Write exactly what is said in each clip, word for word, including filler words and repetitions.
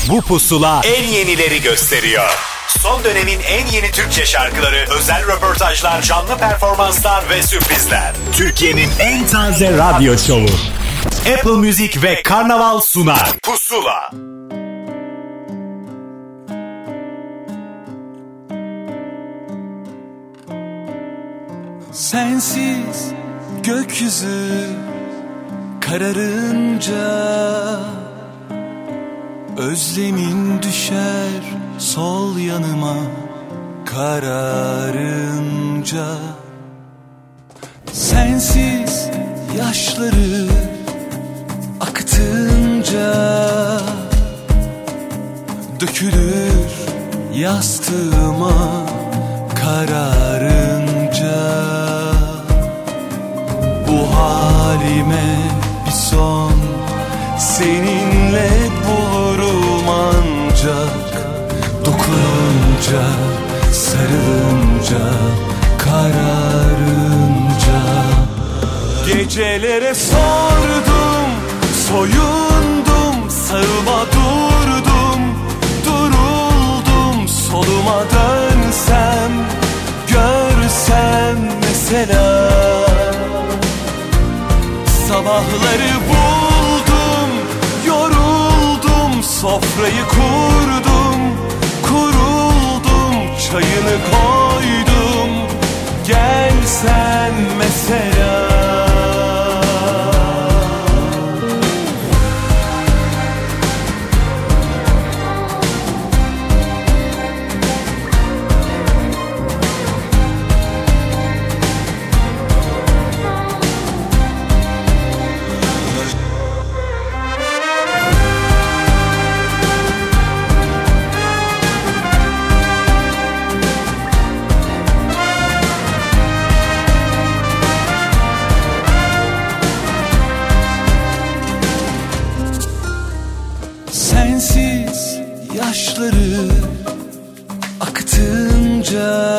Bu pusula en yenileri gösteriyor. Son dönemin en yeni Türkçe şarkıları, özel röportajlar, canlı performanslar ve sürprizler. Türkiye'nin en taze radyo şovu. Apple Music ve Karnaval sunar. Pusula. Sensiz gökyüzü kararınca özlemin düşer sol yanıma kararınca. Sensiz yaşları akıtınca dökülür yastığıma kararınca. Bu halime bir son seninle bulurum ancak, dokununca, sarılınca, kararınca. Gecelere sordum, soyundum, sağıma durdum, duruldum, soluma dönsem, görsem mesela. Sabahları buldum, yoruldum, sofrayı kurdum, kuruldum, çayını koydum, gel sen mesela. Sensiz yaşları akıtınca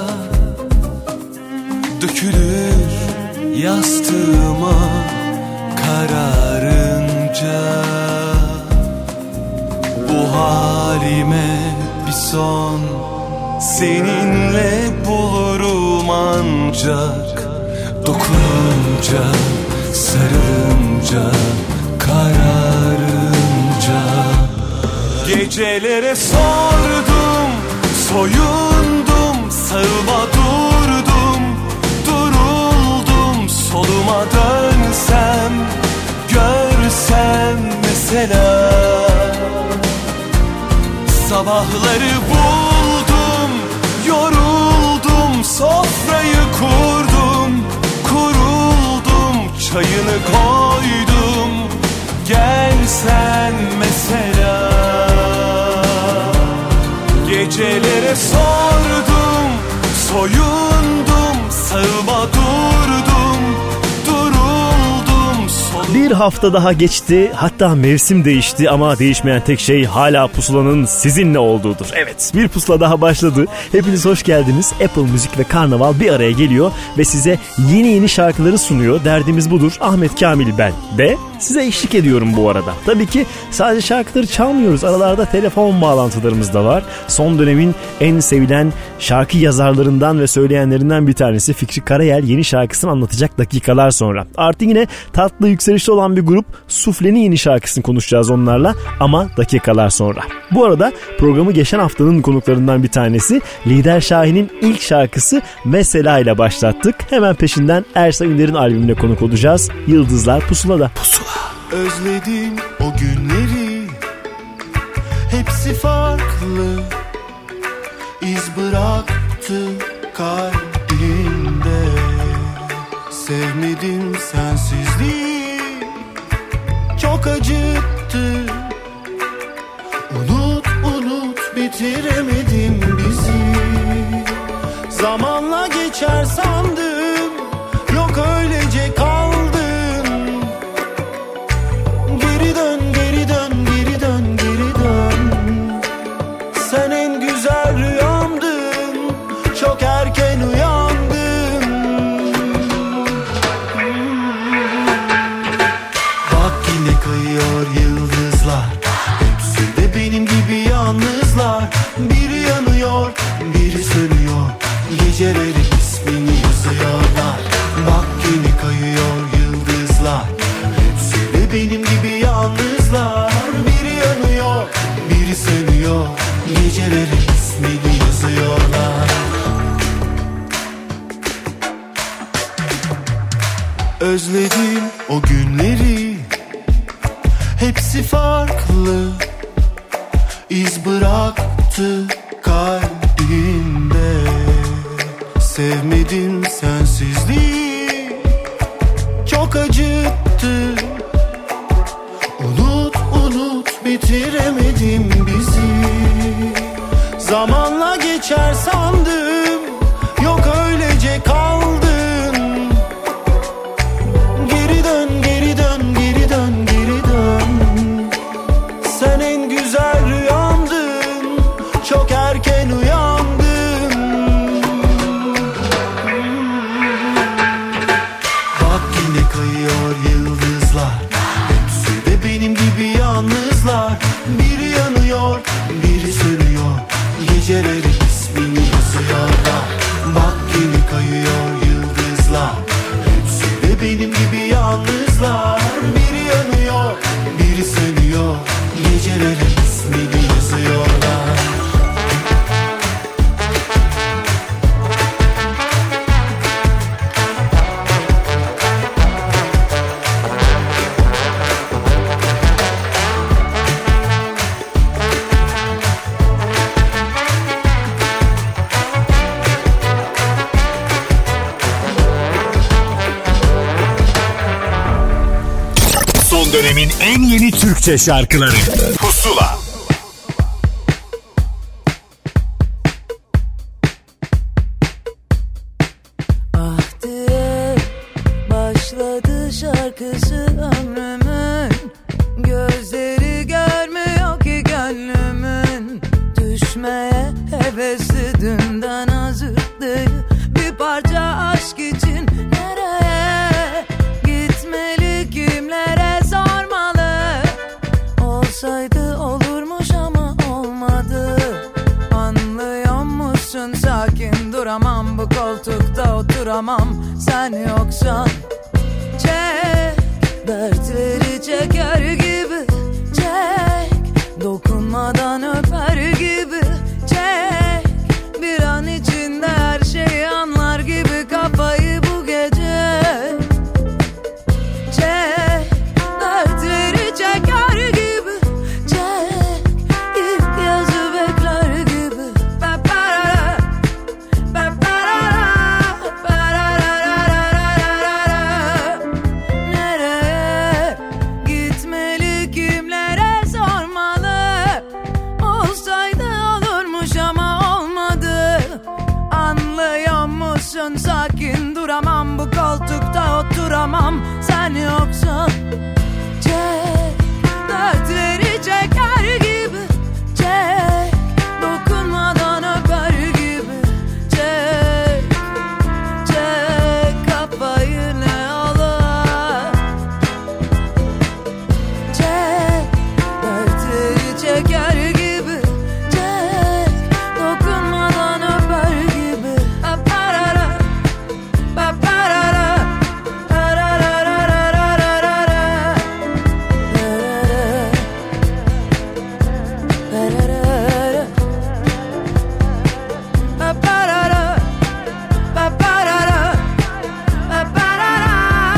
dökülür yastığıma kararınca. Bu halime bir son seninle bulurum ancak, dokununca, sarılınca, kararınca. Gecelere sordum, soyundum, sağıma durdum, duruldum, soluma dönsem, görsem mesela. Sabahları buldum, yoruldum, sofrayı kurdum, kuruldum, çayını koydum, gel sen mesela. Gecelere sordum, soyundum, sağıma durdum, duruldum, solum. Bir hafta daha geçti, hatta mevsim değişti ama değişmeyen tek şey hala pusulanın sizinle olduğudur. Evet, bir pusula daha başladı. Hepiniz hoş geldiniz. Apple Music ve Karnaval bir araya geliyor ve size yeni yeni şarkıları sunuyor. Derdimiz budur. Ahmet Kamil ben de size eşlik ediyorum bu arada. Tabii ki sadece şarkıları çalmıyoruz. Aralarda telefon bağlantılarımız da var. Son dönemin en sevilen şarkı yazarlarından ve söyleyenlerinden bir tanesi Fikri Karayel yeni şarkısını anlatacak dakikalar sonra. Artık yine tatlı yükselişte olan bir grup Sufle'nin yeni şarkısını konuşacağız onlarla ama dakikalar sonra. Bu arada programı geçen haftanın konuklarından bir tanesi Lider Şahin'in ilk şarkısı Mesela ile başlattık. Hemen peşinden Ersa Ünder'in albümüne konuk olacağız. Yıldızlar Pusula'da. Pusula. Özledim o günleri, hepsi farklı, iz bıraktı kalbimde. Sevmedim sensizliği, çok acıttı. Unut unut bitiremedim bizi. Zamanla geçer sandım, yok öylece kaldım. Geri dön, geri dön, geri dön, geri dön. Sen en güzel rüyamdın, çok erken uyandım. Bak yine kayıyor yıldızlar, hepsi de benim gibi yalnızlar. Biri yanıyor, biri sönüyor. Geceleri ismini yazıyorlar. Bak yine kayıyor yıldızlar. Hepsi de benim gibi yalnızlar. Biri yanıyor, biri sönüyor. Geceleri ismini yazıyorlar. Özledim o günleri, hepsi farklı. İz bıraktı kalbimde. Sevmedim sensizliği, çok acıttı. Unut unut bitiremedim bizi. Zamanla geçer sandım, yok öylece kaldın. Geri dön, geri dön, geri dön, geri dön. Sen en güzel rüyamdın, çok erken uyandın. Bak yine kayıyor yıldızlar. Hepsi de benim gibi yalnızlar. Biri yanıyor, biri sönüyor. Geceleri ismini yazıyorlar. Bak yine kayıyor yıldızlar. Hepsi de benim gibi yalnızlar. Biri yanıyor, biri sönüyor. Geceleri ismini yazıyorlar. Son dönemin en yeni Türkçe şarkıları Pusula. Ah diye başladı şarkısı ömrümün. Gözleri görmüyor ki gönlümün. Düşmeye hevesli dünden hazırdı. Bir parça aşk için nereye gitmeli, kimlere sormalı. Olsaydı olurmuş ama olmadı. Anlıyor musun, sakin duramam, bu koltukta oturamam sen yoksan. Çek, dertleri çeker gibi çek, dokunmadan öper gibi çek. Bir an içinde her şeyi anlar gibi kafayı bu gece. Çek, dertleri çeker gibi çek, ilk yazı bekler gibi. Ba-ba-ra-ra, ba-ba-ra-ra, ba-ra-ra-ra-ra-ra-ra. Nereye gitmeli, kimlere sormalı. Olsaydı olurmuş ama olmadı. Anlıyor musun, sakin duramam, bu koltukta oturamam sen yoksan. Çek, dertleri çeker gibi çek, dokunmadan öper gibi çek. Çek, kafayı ne olur. Çek, dertleri çeker gibi çek, dokunmadan öper gibi. Ba-ba-ra-ra, ba-ba-ra-ra, ra-ra-ra-ra-ra-ra-ra-ra. Ra-ra-ra, ba-ba-ra-ra, ba-ba-ra-ra, ba-ba-ra-ra,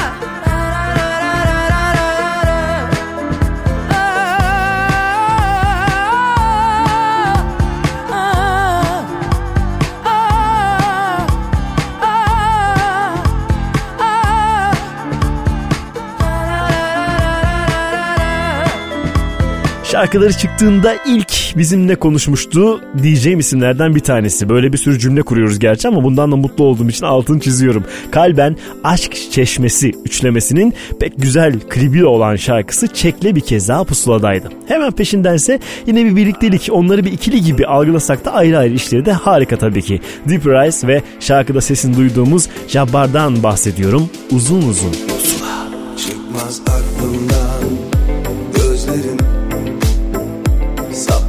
Şarkıları çıktığında ilk bizimle konuşmuştu diyeceğim isimlerden bir tanesi. Böyle bir sürü cümle kuruyoruz gerçi ama bundan da mutlu olduğum için altını çiziyorum. Kalben Aşk Çeşmesi üçlemesinin pek güzel klibi olan şarkısı Çek'le bir kez daha pusuladaydı. Hemen peşindense yine bir birliktelik, onları bir ikili gibi algılasak da ayrı ayrı işleri de harika tabii ki. Deep Rise ve şarkıda sesini duyduğumuz Jabbar'dan bahsediyorum. Uzun uzun. Pusula. Çıkmaz aklımdan gözlerin,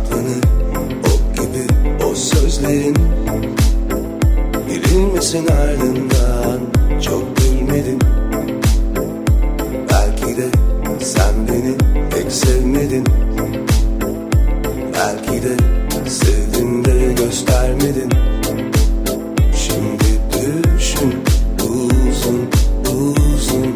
Herkesin ardından çok bilmedin. Belki de sen beni pek sevmedin. Belki de sevdin de göstermedin. Şimdi düşün uzun uzun,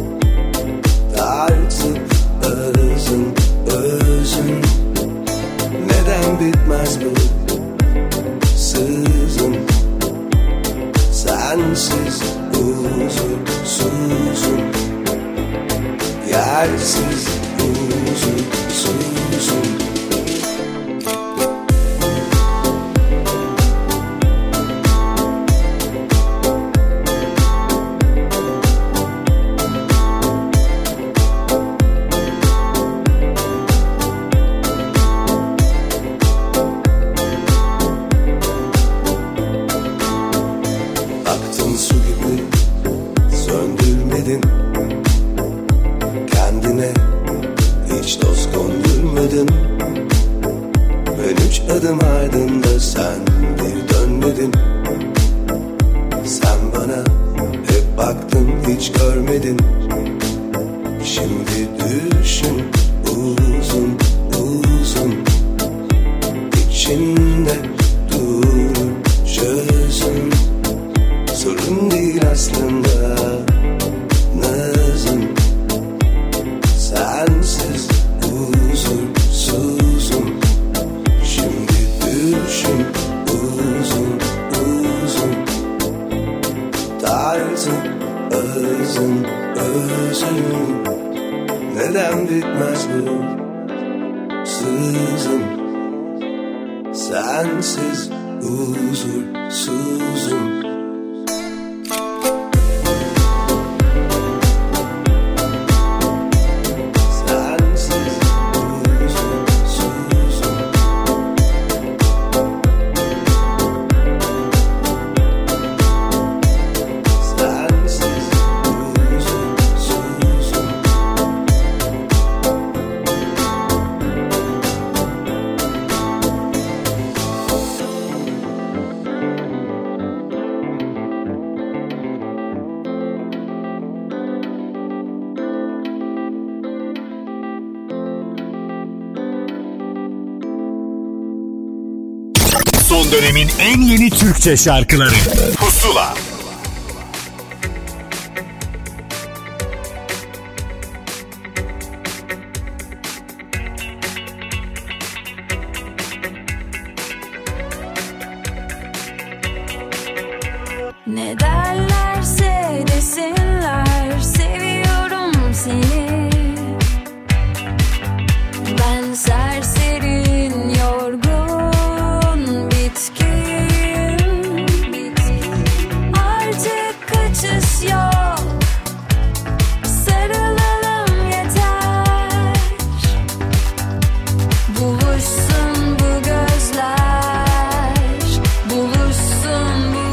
tartıp özün özün. Neden bitmez bu sızın? Sensiz huzursuzum, yersiz huzursuzum. Aktın su gibi söndürmedin, kendine hiç dost kondurmadın. Ben üç adım ardında sen bir dönmedin. Sen bana hep baktın hiç görmedin. Şimdi düşün uzun uzun, içinde dur çözün. Sorun değil aslında nazım, sensiz huzursuzum. Şimdi düşün uzun uzun, tarzın özün özün. Neden bitmez bu sızım? Sensiz huzursuzum. Son dönemin en yeni Türkçe şarkıları Pusula. Ne derlerse desinler, seviyorum seni. Ben serserin, yorgun, bitkin. Artık kaçış yok, sarılalım yeter. Buluşsun bu gözler, buluşsun bu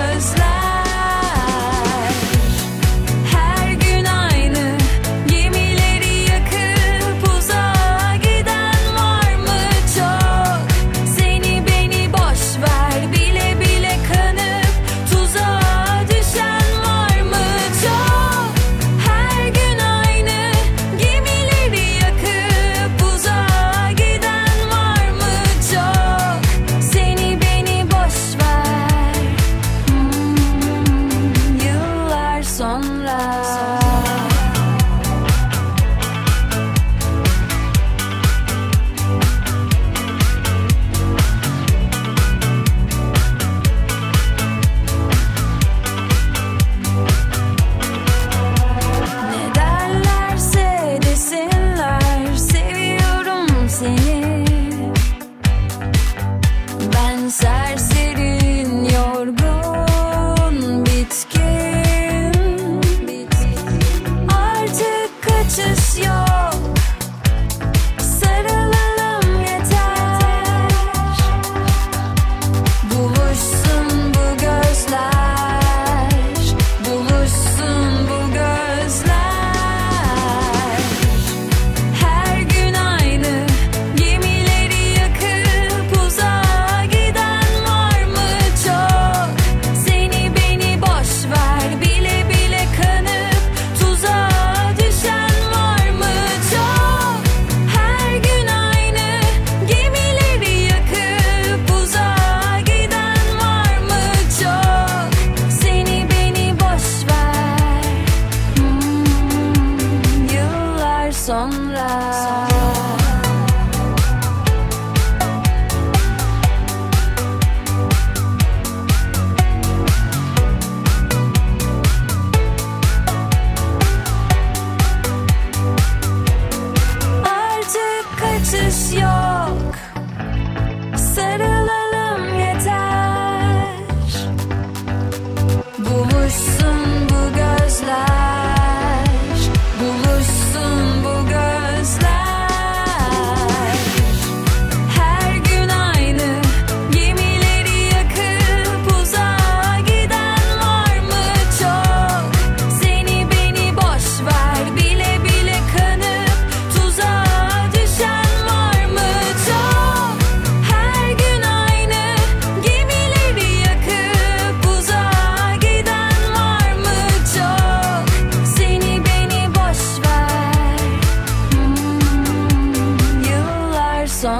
gözler. Her gün aynı gemileri yakıp uzağa giden var mı çok? Seni beni boş ver, bile bile kanıp tuzağa düşen var mı çok? Her gün aynı gemileri yakıp uzağa giden var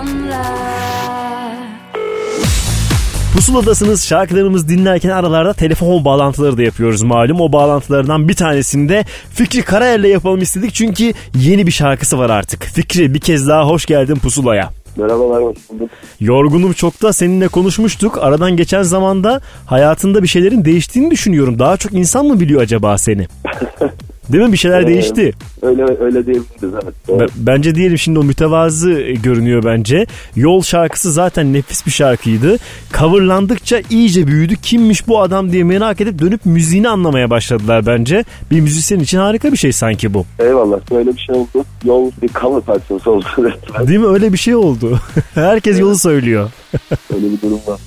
sonra. Pusuladasınız. Şarkılarımız dinlerken aralarda telefon bağlantıları da yapıyoruz malum. O bağlantılardan bir tanesinde Fikri Karayel'le yapalım istedik. Çünkü yeni bir şarkısı var artık. Fikri, bir kez daha hoş geldin Pusula'ya. Merhabalar, hoş bulduk. Yorgunum çok da seninle konuşmuştuk. Aradan geçen zamanda hayatında bir şeylerin değiştiğini düşünüyorum. Daha çok insan mı biliyor acaba seni? Değil mi? Bir şeyler Ee, değişti. Öyle öyle diyebiliriz, evet. B- bence diyelim, şimdi o mütevazı görünüyor bence. Yol şarkısı zaten nefis bir şarkıydı. Coverlandıkça iyice büyüdü. Kimmiş bu adam diye merak edip dönüp müziğini anlamaya başladılar bence. Bir müzisyen için harika bir şey sanki bu. Eyvallah, böyle bir şey oldu. Yol bir cover parçası oldu. Değil mi? Öyle bir şey oldu. Herkes evet. Yolu söylüyor. Öyle bir durum var.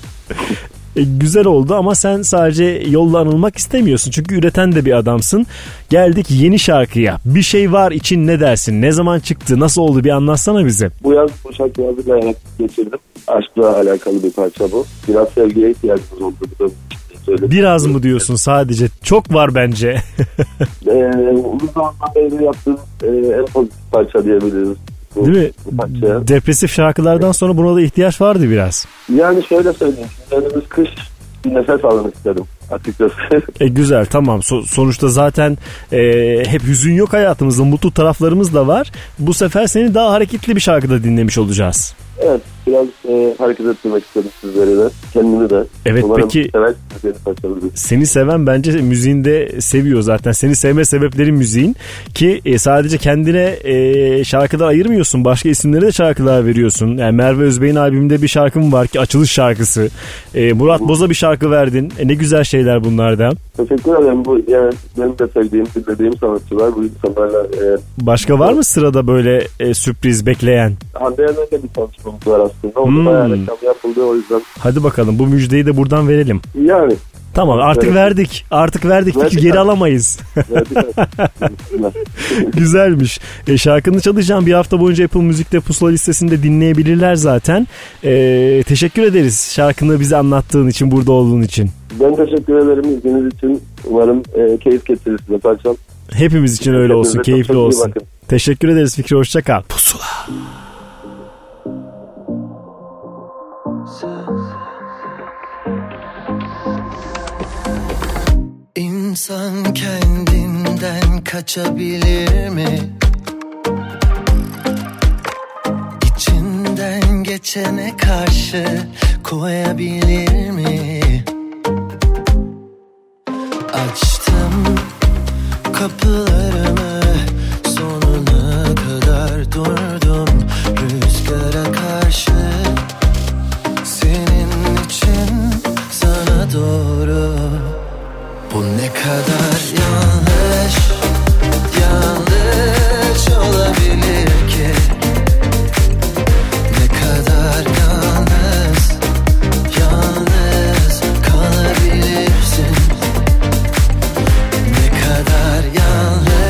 E, güzel oldu ama sen sadece yolla anılmak istemiyorsun. Çünkü üreten de bir adamsın. Geldik yeni şarkıya. Bir şey var için, ne dersin? Ne zaman çıktı? Nasıl oldu? Bir anlatsana bize. Bu yaz bu şarkıyı hazırlayarak geçirdim. Aşkla alakalı bir parça bu. Biraz sevgiye ihtiyacımız oldu. Bu Biraz mı diyorsun sadece? Çok var bence. ee, uzun zamandan beri yaptığım e, en pozitif parça diyebiliriz. Bu, değil mi? Depresif şarkılardan sonra buna da ihtiyaç vardı biraz. Yani şöyle söyleyeyim. Önümüz kış, bir nefes almak istedim açıkçası. E güzel, tamam. So- sonuçta zaten e, hep hüzün yok hayatımızda. Mutlu taraflarımız da var. Bu sefer seni daha hareketli bir şarkıda dinlemiş olacağız. Evet, biraz e, hareket ettirmek istedim sizleri de, kendimi de. Evet. Umarım peki seversiniz, seni seven bence müziğinde seviyor zaten. Seni sevme sebepleri müziğin ki e, sadece kendine e, şarkılar ayırmıyorsun. Başka isimlere de şarkılar veriyorsun. Yani Merve Özbey'in albümünde bir şarkım var ki açılış şarkısı. E, Murat Boz'a bir şarkı verdin. E, ne güzel şeyler bunlar da. Teşekkür ederim. Bu yani benim de sevdiğim, dinlediğim sanatçılar. Bu insanlarla. E, Başka var mı sırada böyle e, sürpriz bekleyen? Hande Yener'le bir tanışmamız var aslında. Onun Hmm. bayağı reklam yapıldı, o yüzden. Hadi bakalım, bu müjdeyi de buradan verelim. Yani. Tamam, artık evet. verdik. Artık verdik. verdik Fikri, geri alamayız. Güzelmiş. E, şarkını çalacağım. Bir hafta boyunca Apple Müzik'te Pusula listesinde dinleyebilirler zaten. E, teşekkür ederiz şarkını bize anlattığın için, burada olduğun için. Ben teşekkür ederim ilginiz için. Umarım e, keyif getirir size parçam. Hepimiz için öyle olsun. Keyifli olsun. Teşekkür ederiz Fikri. Hoşça kal. Pusula. İnsan kendinden kaçabilir mi? İçinden geçene karşı koyabilir mi? Açtım kapılarımı, sonuna kadar durdum rüzgara karşı. Senin için sana doğru. Bu ne kadar yanlış, yanlış olabilir ki? Ne kadar yalnız, yalnız kalabilirsin? Ne kadar yanlış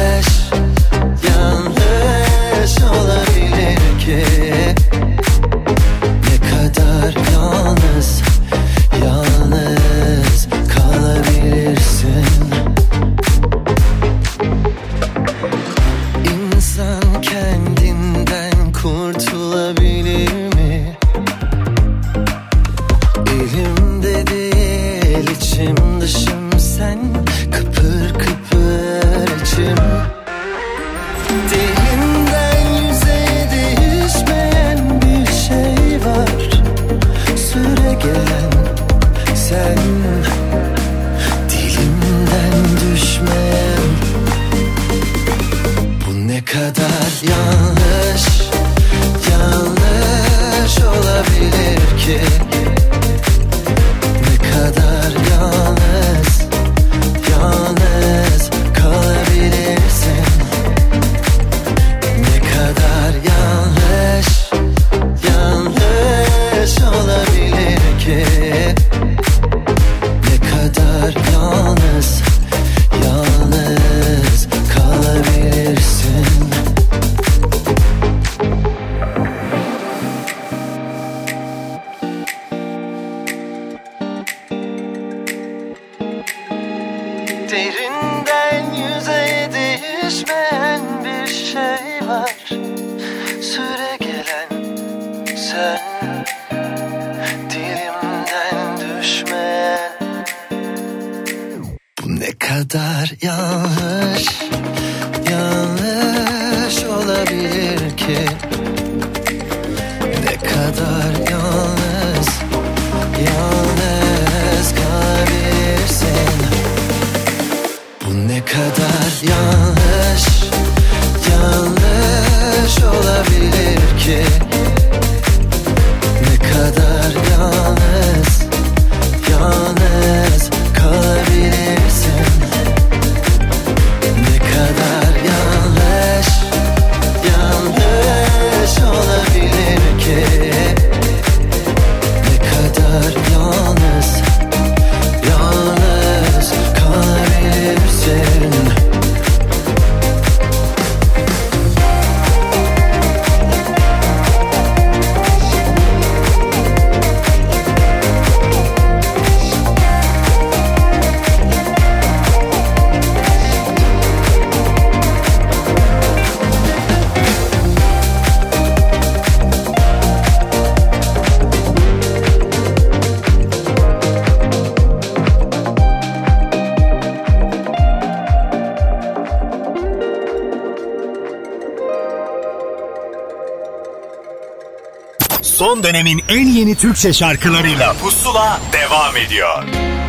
düşmeyen, dilimden düşmeyen. Bu ne kadar yanlış, yanlış olabilir ki? Ne kadar yalnız, yalnız kalabilirsin. Bu ne kadar yanlış, yanlış olabilir ki? Ne kadar yalnız, yalnız kalabilirsin. Ne kadar yanlış, yanlış olabilir ki? Ne kadar yalnız, yalnız kalabilirsin. Son dönemin en yeni Türkçe şarkılarıyla Pusula devam ediyor.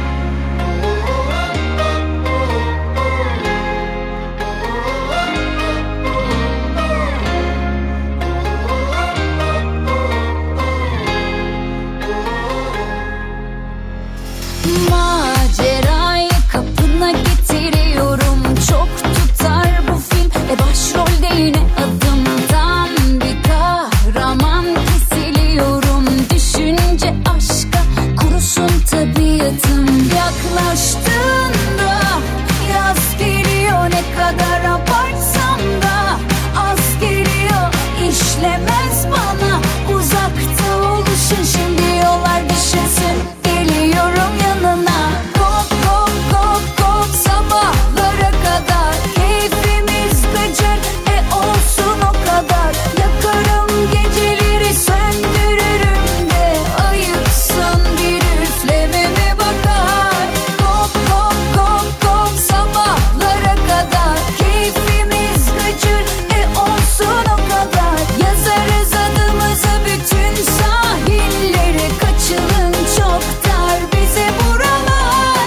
Macerayı kapına getiriyorum. Çok tutar bu film. E başrolde yine adımdan bir kahraman kesiliyorum. Düşünce aşka kurusun tabiatım. Yaklaştığında yaz geliyor. Ne kadar abartsam da az geliyor. İşlemez bana uzakta oluşun. Şimdi yollar düşünsün. Geliyorum yanına. Kop kop kop kop sabahlara kadar. Keyfimiz gıcır e olsun o kadar. Yakarım geceleri söndürürüm de. Ayıpsın bir üflememe bakar. Kop kop kop kop sabahlara kadar. Keyfimiz gıcır e olsun o kadar. Yazarız adımızı bütün sahillere. Kaçılın çok dar bize buralar.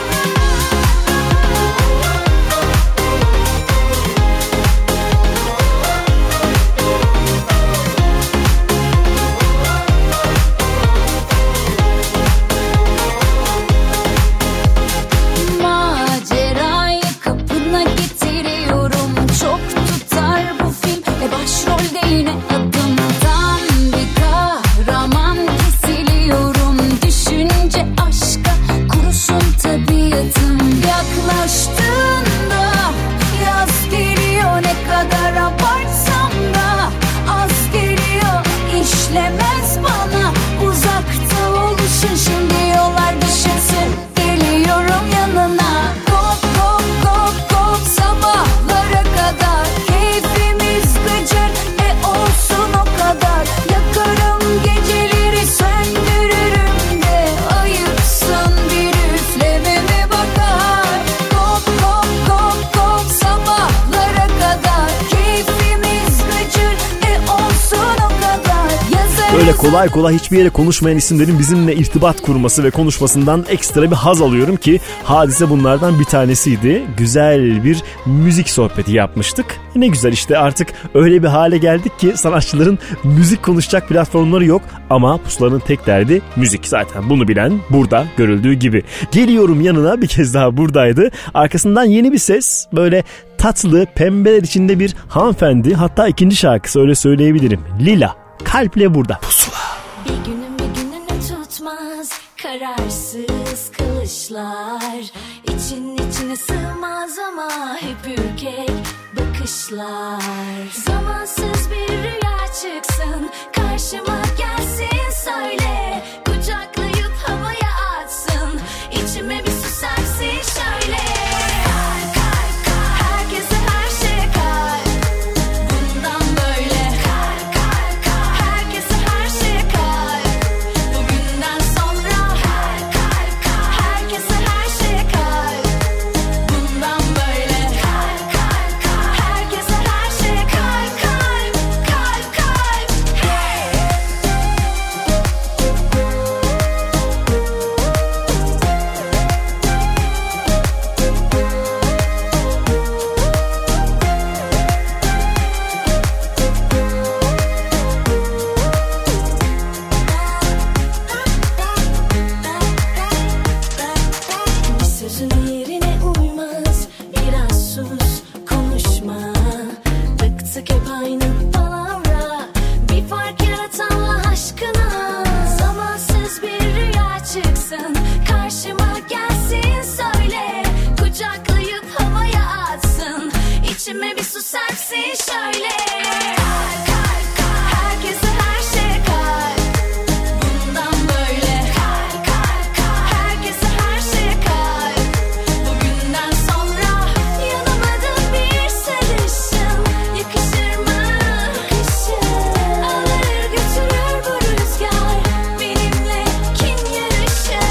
Macerayı kapına getiriyorum. Çok tutar bu film. E başrolde yine adımdan bir kahraman kesiliyorum. Düşünce aşka kurusun tabiatım. Yaklaştığında yaz geliyor. Ne kadar abartsam da az geliyor. İşlemez bana uzakta oluşun. Şimdi yollar düşünsün. Geliyorum yanına. Kop kop kop kop sabahlara kadar. Keyfimiz gıcır e olsun o kadar. Yakarım geceleri söndürürüm de. Ayıpsın bir üflememe bakar. Kop kop kop kop sabahlara kadar. Keyfimiz gıcır e olsun o kadar. Yazarız. Böyle kolay kolay hiçbir yere konuşmayan isimlerin bizimle irtibat kurması ve konuşmasından ekstra bir haz alıyorum ki Hadise bunlardan bir tanesiydi. Güzel bir müzik sohbeti yapmıştık. Ne güzel işte, artık öyle bir hale geldik ki sanatçıların müzik konuşacak platformları yok ama Pusula'nın tek derdi müzik. Zaten bunu bilen burada görüldüğü gibi. Geliyorum yanına bir kez daha buradaydı. Arkasından yeni bir ses, böyle tatlı pembeler içinde bir hanımefendi, hatta ikinci şarkısı öyle söyleyebilirim. Lila. Kalple burada. Pusula. Bir günün bir gününü tutmaz kararsız kılışlar. İçin içine sığmaz ama hep ürkek bakışlar. Zamansız bir rüya çıksın karşıma, gelsin söyle. Kucaklayıp havaya atsın, içime bir su serpsin şöyle. Kalp kalp kalp, herkese her şey kalp. Bundan böyle kalp kalp kalp, herkese her şey kalp. serpsin şöyle. Kalp kalp kalp, herkese her şey kalp. Bundan böyle kalp kalp kalp, herkese her şey kalp. Bugünden sonra yanıma da bir sarışın yakışır mı? Yakışır. Alır götürür bu rüzgar, benimle kim yarışır?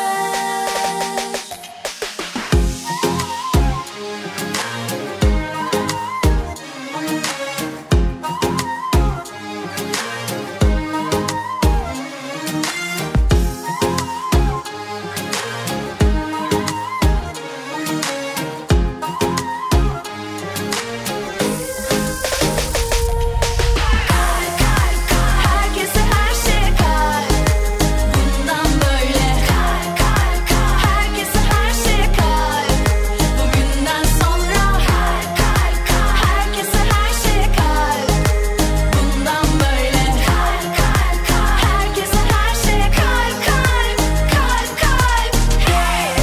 Kalp kalp kalp, herkese her şey kalp. Bundan böyle kalp kalp kalp, herkese her şey kalp. Bugünden sonra kalp kalp kalp, herkese her şey kalp. Bundan böyle kalp kalp kalp, herkese her şey kalp kalp kalp kalp. Hey.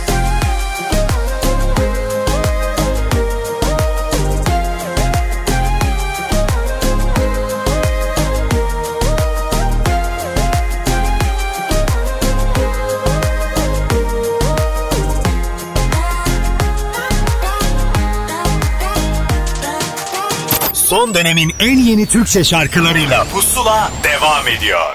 Son dönemin en yeni Türkçe şarkılarıyla Pusula devam ediyor.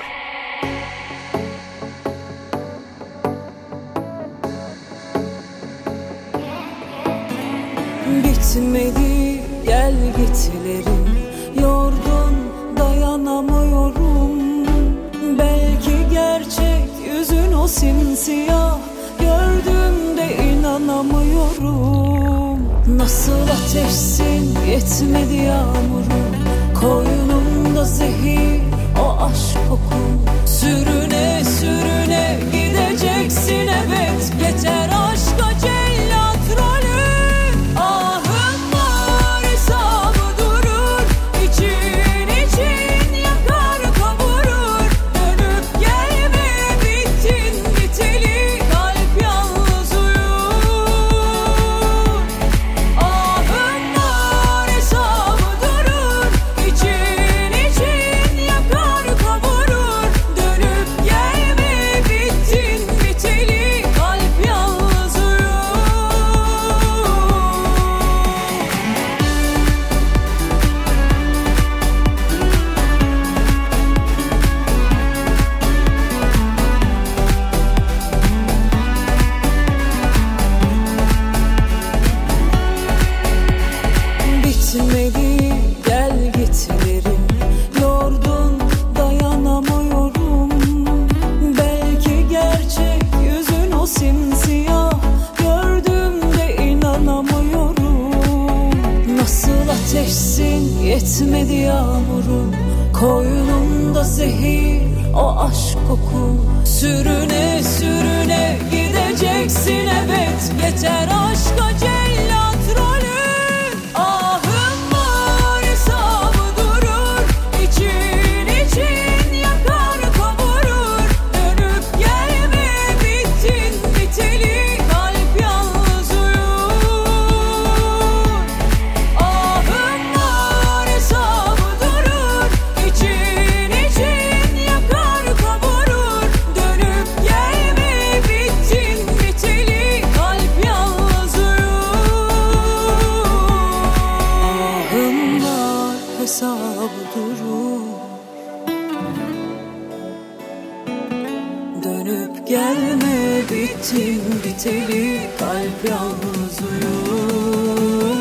Bitmedi gel gitlerim, yordun dayanamıyorum. Belki gerçek yüzün o simsiyah, gördüğümde inanamıyorum. Nasıl ateşsin yetmedi yağmurum, koynumda zehir o aşk kokun. Sürüne sürüne gideceksin evet, yeter aşka cellat rolü. Ahım var hesabı durur, için için yakar kavurur. Dönüp gelme bittin biteli, kalp yalnız uyur. Ahım var hesabı durur, için için yakar kavurur. Dönüp gelme bittin biteli, kalp yalnız bitmedi gel gitlerim, yordun dayanamıyorum. Belki gerçek yüzün o simsiyah, gördüğümde inanamıyorum. Nasıl ateşsin yetmedi yağmurum, koynumda zehir o aşk kokun. Sürüne sürüne gideceksin evet, yeter aşka cellat rolü. Ahım var hesabı durur, için için yakar kavurur. Dönüp gelme bittin biteli, kalp yalnız uyur. Ahım var hesabı durur, için için yakar kavurur. Dönüp gelme bittin biteli, kalp yalnız uyur. Ahım var hesabı durur, dönüp gelme bittin biteli, kalp yalnız uyur.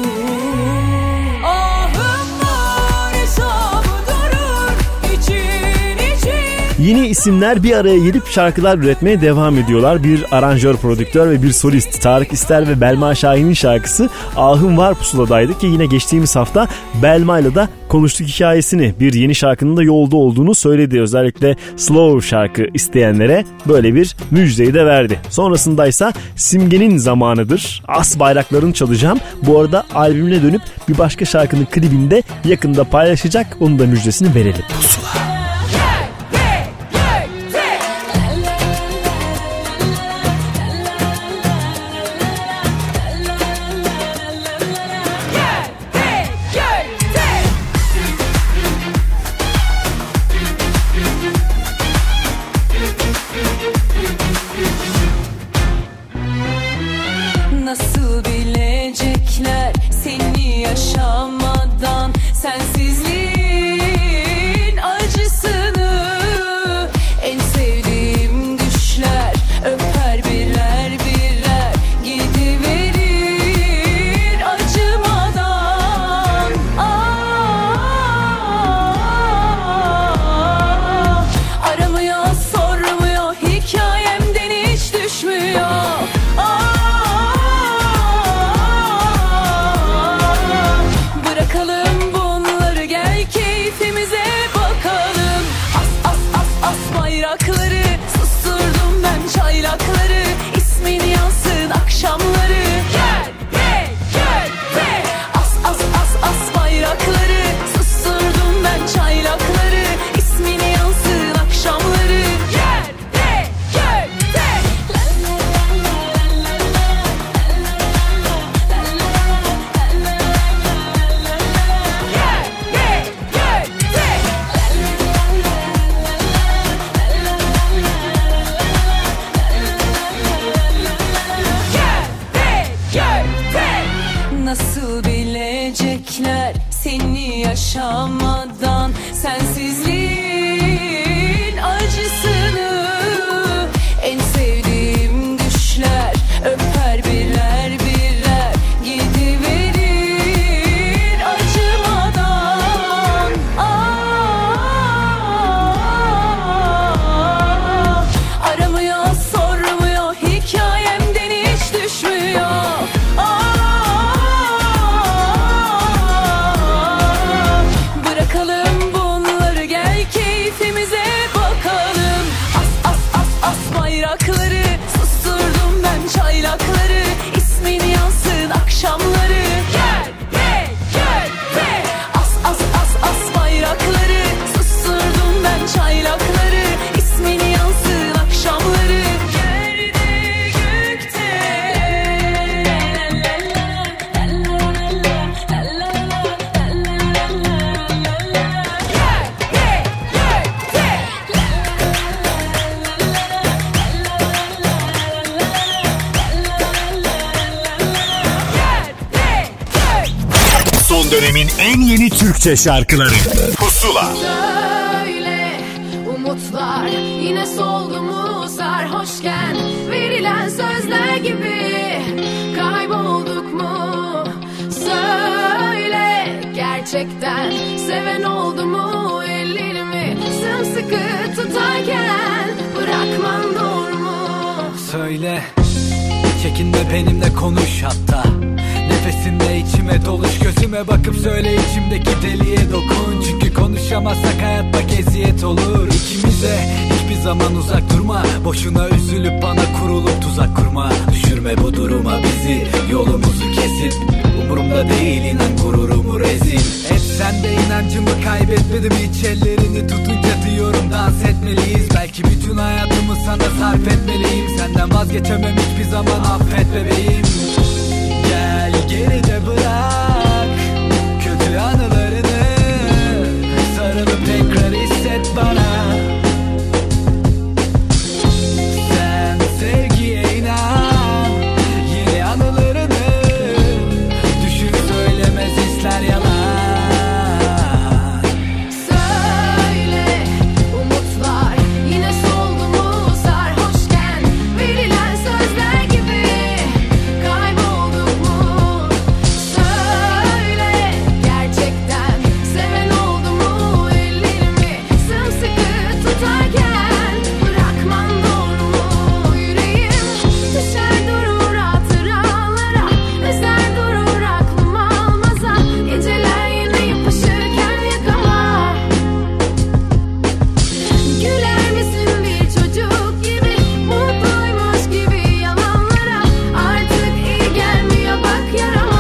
Ahım var hesabı durur, için için. Yeni isimler bir araya gelip şarkılar üretmeye devam ediyorlar. Bir aranjör, prodüktör ve bir solist, Tarık İster ve Belma Şahin'in şarkısı Ahım Var Pusula'daydı ki yine geçtiğimiz hafta Belma'yla da konuştuk hikayesini. Bir yeni şarkının da yolda olduğunu söyledi. Özellikle slow şarkı isteyenlere böyle bir müjdeyi de verdi. Sonrasındaysa Simge'nin zamanıdır. As bayraklarını çalacağım. Bu arada albümüne dönüp bir başka şarkının klibinde yakında paylaşacak. Onun da müjdesini verelim. Pusula. Yeah, sevdiğim düşler öper birer birer gidiverir acımadan. Aa, aramıyor sormuyor hikayemden hiç düşmüyor. Bırakalım bunları gel keyfimize bakalım. As as as as bayrakları susturdum ben çaylakları. İsmini yansın akşamları. Gel hey gel hey. As as as as bayrakları susturdum ben çaylakları. İsmini yansın akşamları. Gel hey gel hey. Nasıl bilecekler seni yaşamadan sensizliğin acısını. En sevdiğim düşler öper birer birer gidiverir acımadan. Aa, aramıyor sormuyor hikayemden hiç düşmüyor. Bırakalım bunları gel keyfimize bakalım. As as as as bayrakları susturdum ben çaylakları. İsmini yansın akşamları. Gel hey gel hey. As as as as bayrakları susturdum ben çaylakları. İsmini yansın akşamları. Yerde gökte Son dönemin en yeni Türkçe şarkıları Pusula. Söyle umutlar yine soldu mu sarhoşken, verilen sözler gibi kaybolduk mu? Söyle gerçekten seven oldu mu? Ellerimi sımsıkı tutarken bırakman doğru mu? Söyle, çekinme benimle konuş hatta. Nefesimle içime doluş, gözüme bakıp söyle içimdeki deliye dokun. Çünkü konuşamazsak hayat bak eziyet olur. İkimize hiçbir zaman uzak durma. Boşuna üzülüp bana kurulup tuzak kurma. Düşürme bu duruma bizi, yolumuzu kesip. Umurumda değil inan gururumu rezil. Hep sende inancımı kaybetmedim hiç. Ellerini tutunca diyorum dans etmeliyiz. Belki bütün hayatımı sana sarf etmeliyim. Senden vazgeçemem hiçbir zaman, affet bebeğim. Gel geride bırak kötü anılarını, sarılıp tekrar hisset bana. Sen sevgiye inan, yeni anılarını düşün, söylemez hisler yalan. Söyle umutlar yine soldu mu sarhoşken, verilen sözler gibi kaybolduk mu? Söyle gerçekten seven oldu mu? Ellerimi sımsıkı tutarken bırakman doğru mu? Yüreğim düşer durur hatıralara, ezer durur aklım almaza. Geceler yine yapışırken yakama. Güler misin bir çocuk gibi, mutluymuş gibi yalanlara? Artık iyi gelmiyor bak yarama.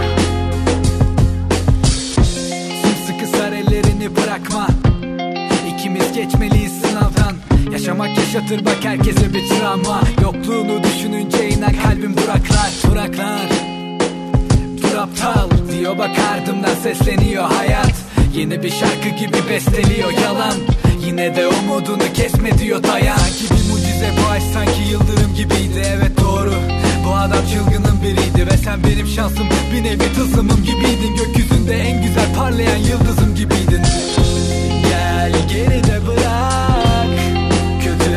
Sımsıkı sar ellerini bırakma. İkimiz geçmeliyiz sınavdan. Yaşamak yaşatır bak herkese bir travma. Yokluğunu düşününce iner kalbim duraklar. Duraklar dur aptal diyor bak ardımdan sesleniyor hayat. Yeni bir şarkı gibi besteliyor yalan. Yine de umudunu kesme diyor dayan. Sanki bir mucize bu aşk, sanki yıldırım gibiydi. Evet doğru, bu adam çılgının biriydi. Ve sen benim şansım, bir nevi tılsımım gibiydin. Gökyüzünde en güzel parlayan yıldızım gibiydin. Gel geride bırak kötü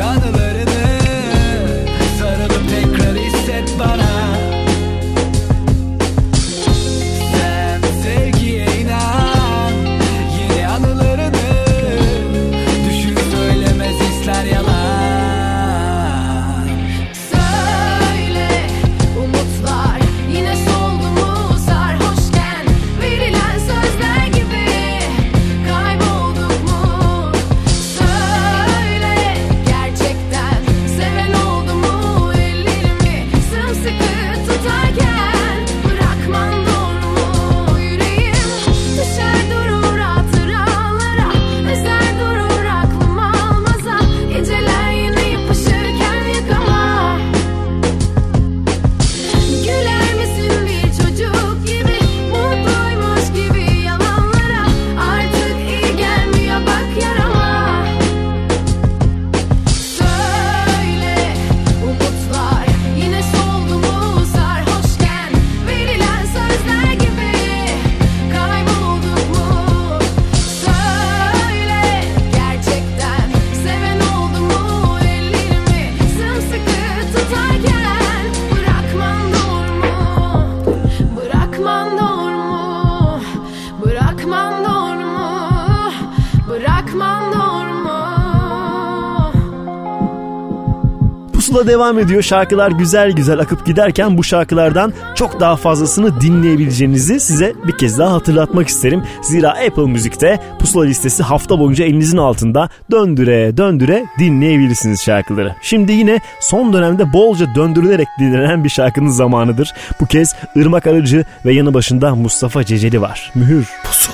Pusula devam ediyor. Şarkılar güzel güzel akıp giderken bu şarkılardan çok daha fazlasını dinleyebileceğinizi size bir kez daha hatırlatmak isterim. Zira Apple Müzik'te Pusula listesi hafta boyunca elinizin altında, döndüre döndüre dinleyebilirsiniz şarkıları. Şimdi yine son dönemde bolca döndürülerek dinlenen bir şarkının zamanıdır. Bu kez Irmak Arıcı ve yanı başında Mustafa Ceceli var. Mühür. Pusula.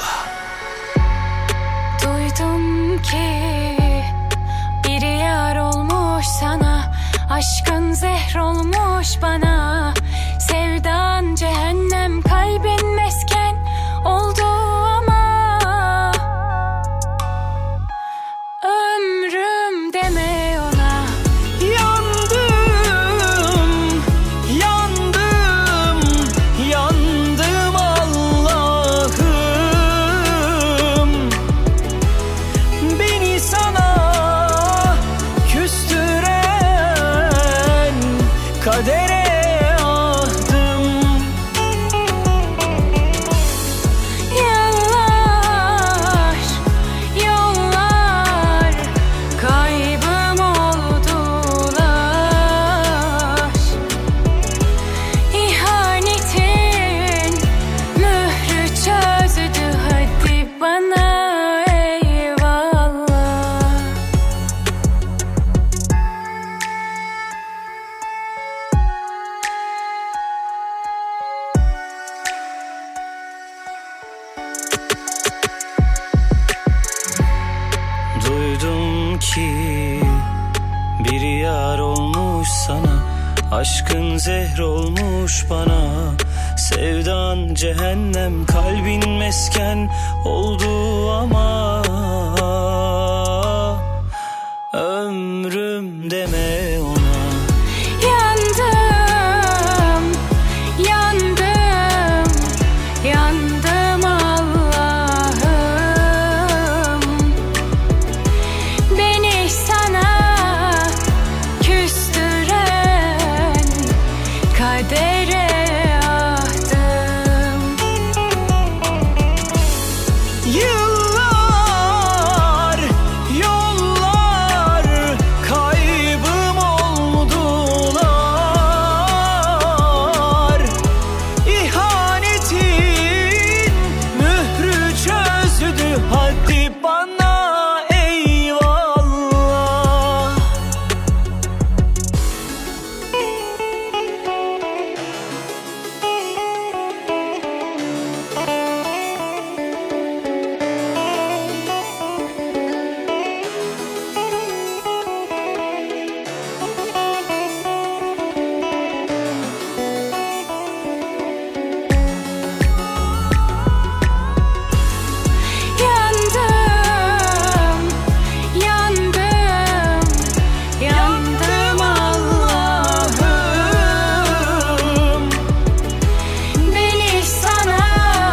Duydum ki biri yar olmuş sana, aşkın zehr olmuş bana. Sevdan cehennem, kalbin mesken oldu ama ömrüm deme ona. Yandım, yandım, yandım Allah'ım. Beni sana küstüren kadere ahdım. Yıllar, yollar kaybım oldular. İhanetin mührü çözdü, hadi bana eyvallah. Duydum ki biri yar olmuş sana, aşkın zehr olmuş bana. Sevdan cehennem, kalbin mesken oldu ama ömrüm deme ona. Yandım, yandım, yandım Allah'ım. Beni sana küstüren kadere ahdım. Yıllar, yollar kaybım oldular. İhanetin mührü çözdü, hadi bana eyvallah. Yandım, yandım, yandım Allah'ım. Beni sana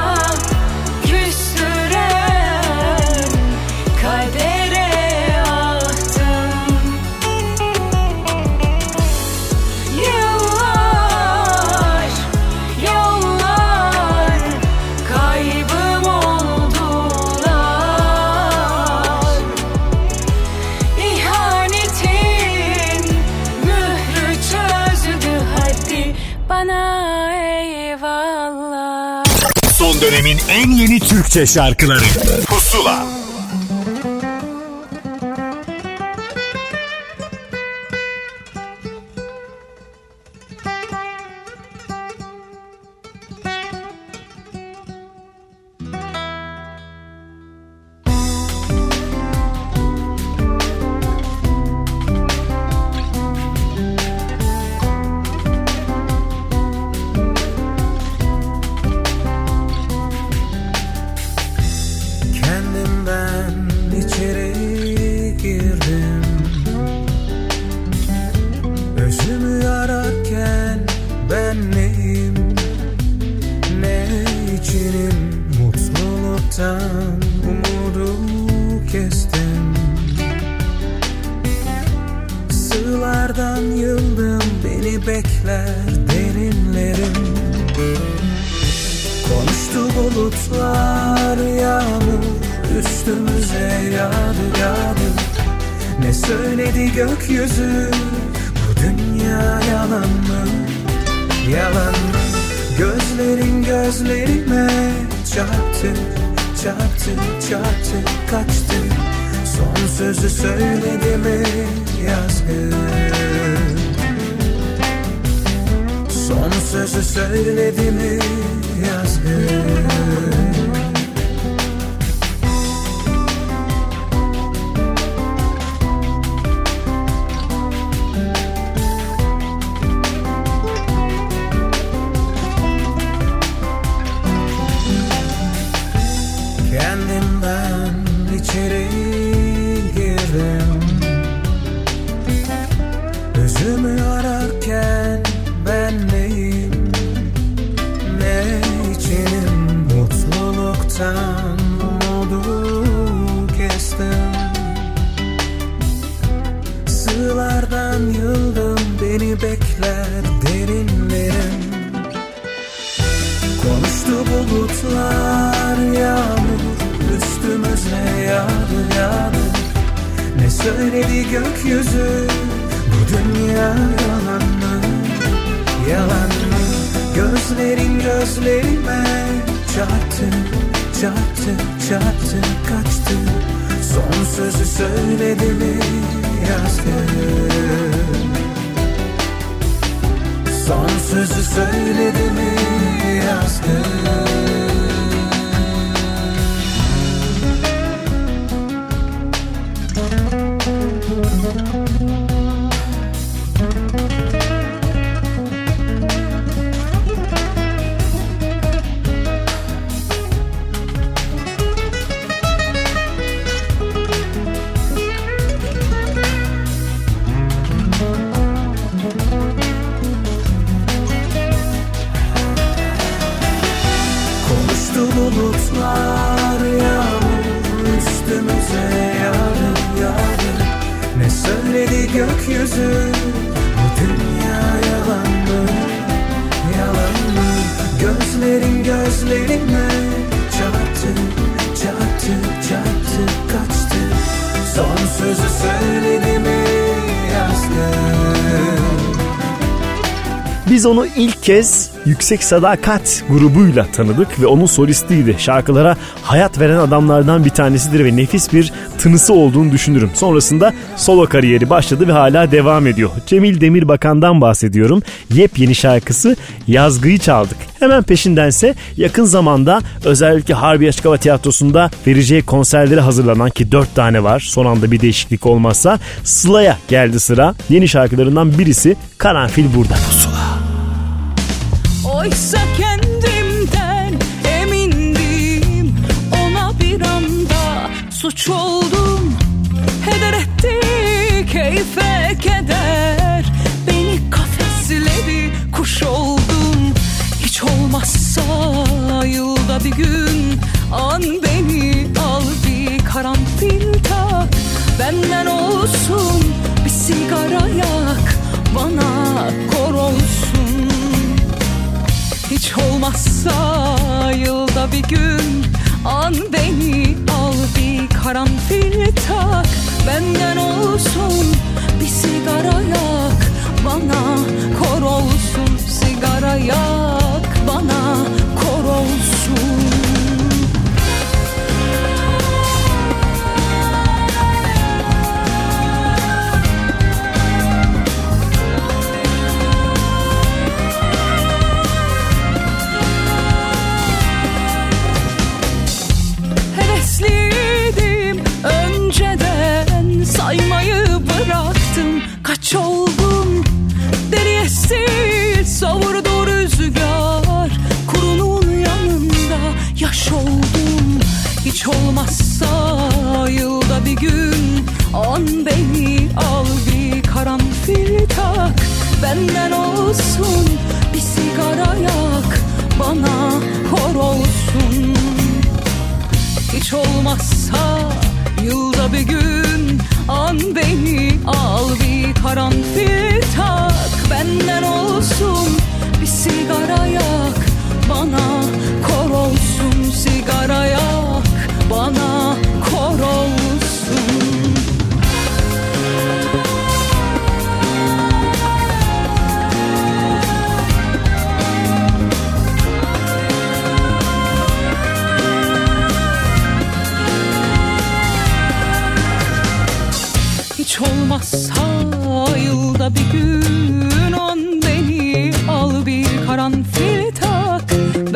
küstüren kadere ahdım. Yıllar, yollar kaybım oldular. İhanetin mührü çözdü, hadi bana eyvallah. Son dönemin en yeni Türkçe şarkıları Pusula. Kendimden içeri girdim, özümü ararken ben neyim, ne içinim, mutluluktan umudu kestim. Sığlardan yıldım, beni bekler derinlerim. Konuştu bulutlar, yağmur üstümüze yağdı yağdı. Ne söyledi gökyüzü, bu dünya yalan mı? Yalan mı? Gözlerin gözlerime çarptı, çarptı, çarptı, kaçtı. Son sözü söyledi mi yazgın? Son sözü söyledi mi yazgın? Kendimden içeri girdim, özümü ararken ben neyim, ne içinim, mutluluktan umudu kestim. Sığlardan yıldım, beni bekler derinlerim. Konuştu bulutlar, yağmur üstümüze yağdı yağdı. Ne söyledi gökyüzü, bu dünya yalan mı? Yalan mı? Gözlerin gözlerime çarptı, çarptı, çarptı, kaçtı. Son sözü söyledi mi yazgın? Son sözü söyledi mi yazgın? Bulutlar, yağmur üstümüze yağdı yağdı. Ne söyledi gökyüzü, bu dünya yalan mı? Yalan mı? Gözlerin gözlerime çarptı, çarptı, çarptı, kaçtı. Son sözü söyledi mi yazgın? Biz onu ilk kez Yüksek Sadakat grubuyla tanıdık ve onun solistiydi. Şarkılara hayat veren adamlardan bir tanesidir ve nefis bir tınısı olduğunu düşünürüm. Sonrasında solo kariyeri başladı ve hala devam ediyor. Cemil Demirbakan'dan bahsediyorum. Yepyeni şarkısı Yazgı'yı çaldık. Hemen peşindense yakın zamanda özellikle Harbiye Açık Hava Tiyatrosu'nda vereceği konserlere hazırlanan, ki dört tane var son anda bir değişiklik olmazsa, Sıla'ya geldi sıra. Yeni şarkılarından birisi Karanfil Burada. Pusula. Oysa kendimden emindim, ona bir anda suç oldum. Heder etti keyfe keder, beni kafesledi, kuş oldum. Hiç olmazsa yılda bir gün an beni al, bir karanfil tak, benden olsun bir sigara yak, bana kor olsun. Hiç olmazsa yılda bir gün an beni al, bir karanfil tak, benden olsun bir sigara yak, bana kor olsun. Sigara yak, bana kor olsun. Önceden saymayı bıraktım, kaç oldum deriye sil, savurdu rüzgar, kurunun yanında yaş oldum. Hiç olmazsa yılda bir gün an beni al, bir karanfil tak, benden olsun bir sigara yak, bana kor olsun. Hiç olmazsa yılda bir gün an beni al, bir karanfil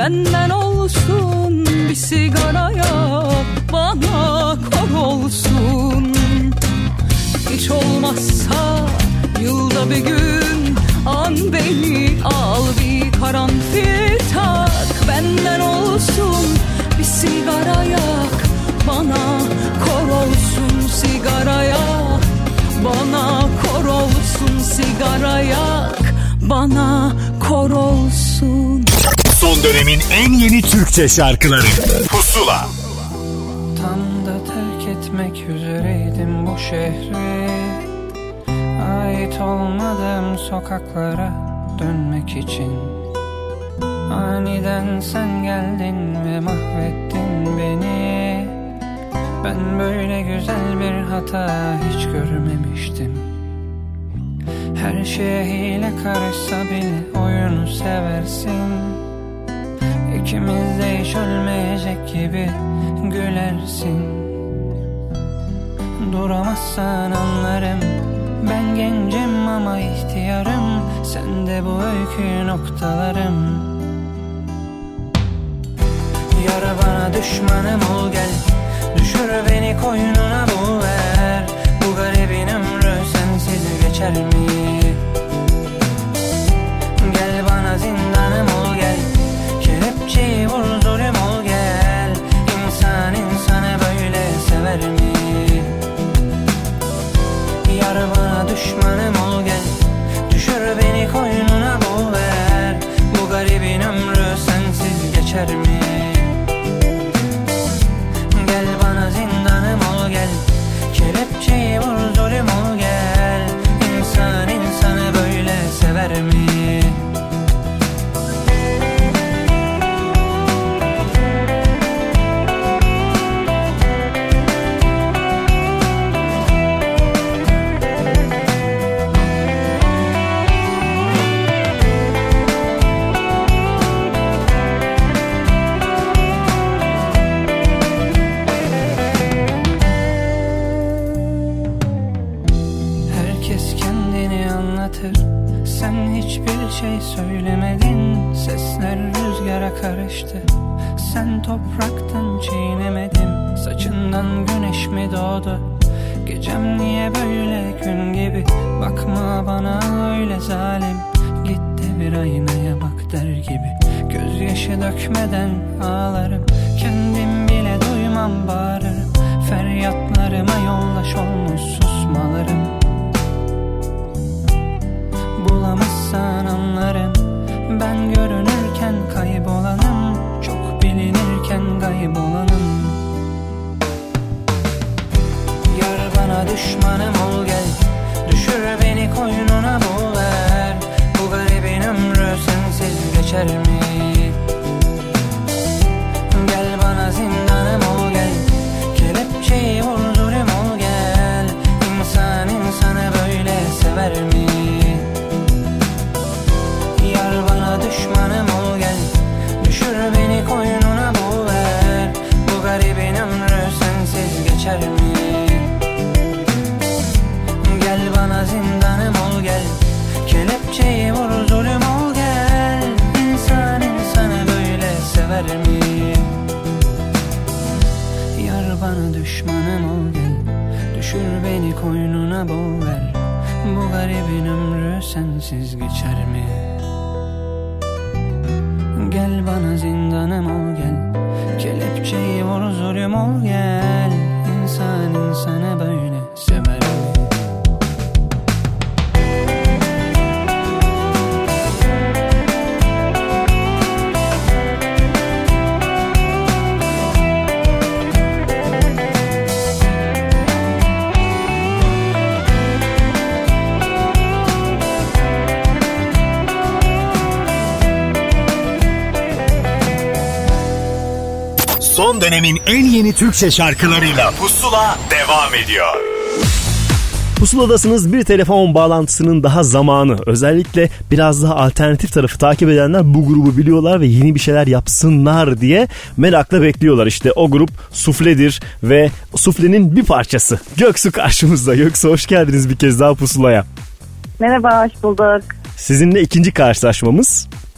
benden olsun. Bir sigara yak, bana kor olsun. Hiç olmazsa yılda bir gün an beni al, bir karanfil tak, benden olsun. Bir sigara yak, bana kor olsun. Sigara yak, bana kor olsun. Sigara yak, bana kor olsun. Son dönemin en yeni Türkçe şarkıları Pusula. Tam da terk etmek üzereydim bu şehri, ait olmadığım sokaklara dönmek için. Aniden sen geldin ve mahvettin beni. Ben böyle güzel bir hata hiç görmemiştim. Her şeye hile karışsa bile oyunu seversin. İkimiz de hiç ölmeyecek gibi gülersin. Duramazsan anlarım, ben gencim ama ihtiyarım. Sen de bu öykü noktalarım. Yara bana düşmanım ol gel, düşür beni koynuna bul ver. Bu garibin ömrü sensiz geçer mi? Gel bana zindanım ol gel, kelepçeyi vur zulüm ol gel. İnsan insanı böyle sever mi? Yar bana düşmanım ol gel, düşür beni koynuna bul ver. Bu garibin ömrü sensiz geçer mi? Gel bana zindanım ol gel, kelepçeyi vur zulüm ol gel. İnsan insanı böyle sever mi? Sen hiçbir şey söylemedin, sesler rüzgara karıştı. Sen topraktan çiğnemedim, saçından güneş mi doğdu? Gecem niye böyle gün gibi, bakma bana öyle zalim. Git de bir aynaya bak der gibi, gözyaşı dökmeden ağlarım. Kendim bile duymam bağırırım, feryatlarıma yollaş olmuş susmalarım. Bulamazsan anlarım, ben görünürken kaybolanım, çok bilinirken kaybolanım. Yar bana düşmanım ol gel, düşür beni koynuna bul ver. Bu garibin ömrü sensiz geçer mi? Gel bana zindanım ol gel, kelepçeyi vur zulüm ol gel. İnsan insanı böyle sever mi? Yar bana düşmanım ol gel, düşür beni koynuna bul ver. Bu garibin ömrü sensiz geçer mi? Gel bana zindanım ol gel, kelepçeyi vur zulüm ol gel. İnsan insanı böyle sever mi? Yar bana düşmanım ol gel, düşür beni koynuna bul ver. Bu garibin ömrü sensiz geçer mi? Gel bana zindanım ol gel, kelepçeyi vur zulüm ol gel. İnsan insanı böyle sever mi? Son dönemin en yeni Türkçe şarkılarıyla Pusula devam ediyor. Pusuladasınız, bir telefon bağlantısının daha zamanı. Özellikle biraz daha alternatif tarafı takip edenler bu grubu biliyorlar ve yeni bir şeyler yapsınlar diye merakla bekliyorlar. İşte o grup Sufle'dir ve Sufle'nin bir parçası Göksu karşımızda. Göksu, hoş geldiniz bir kez daha Pusula'ya. Merhaba, hoş bulduk. Sizinle ikinci karşılaşmamız.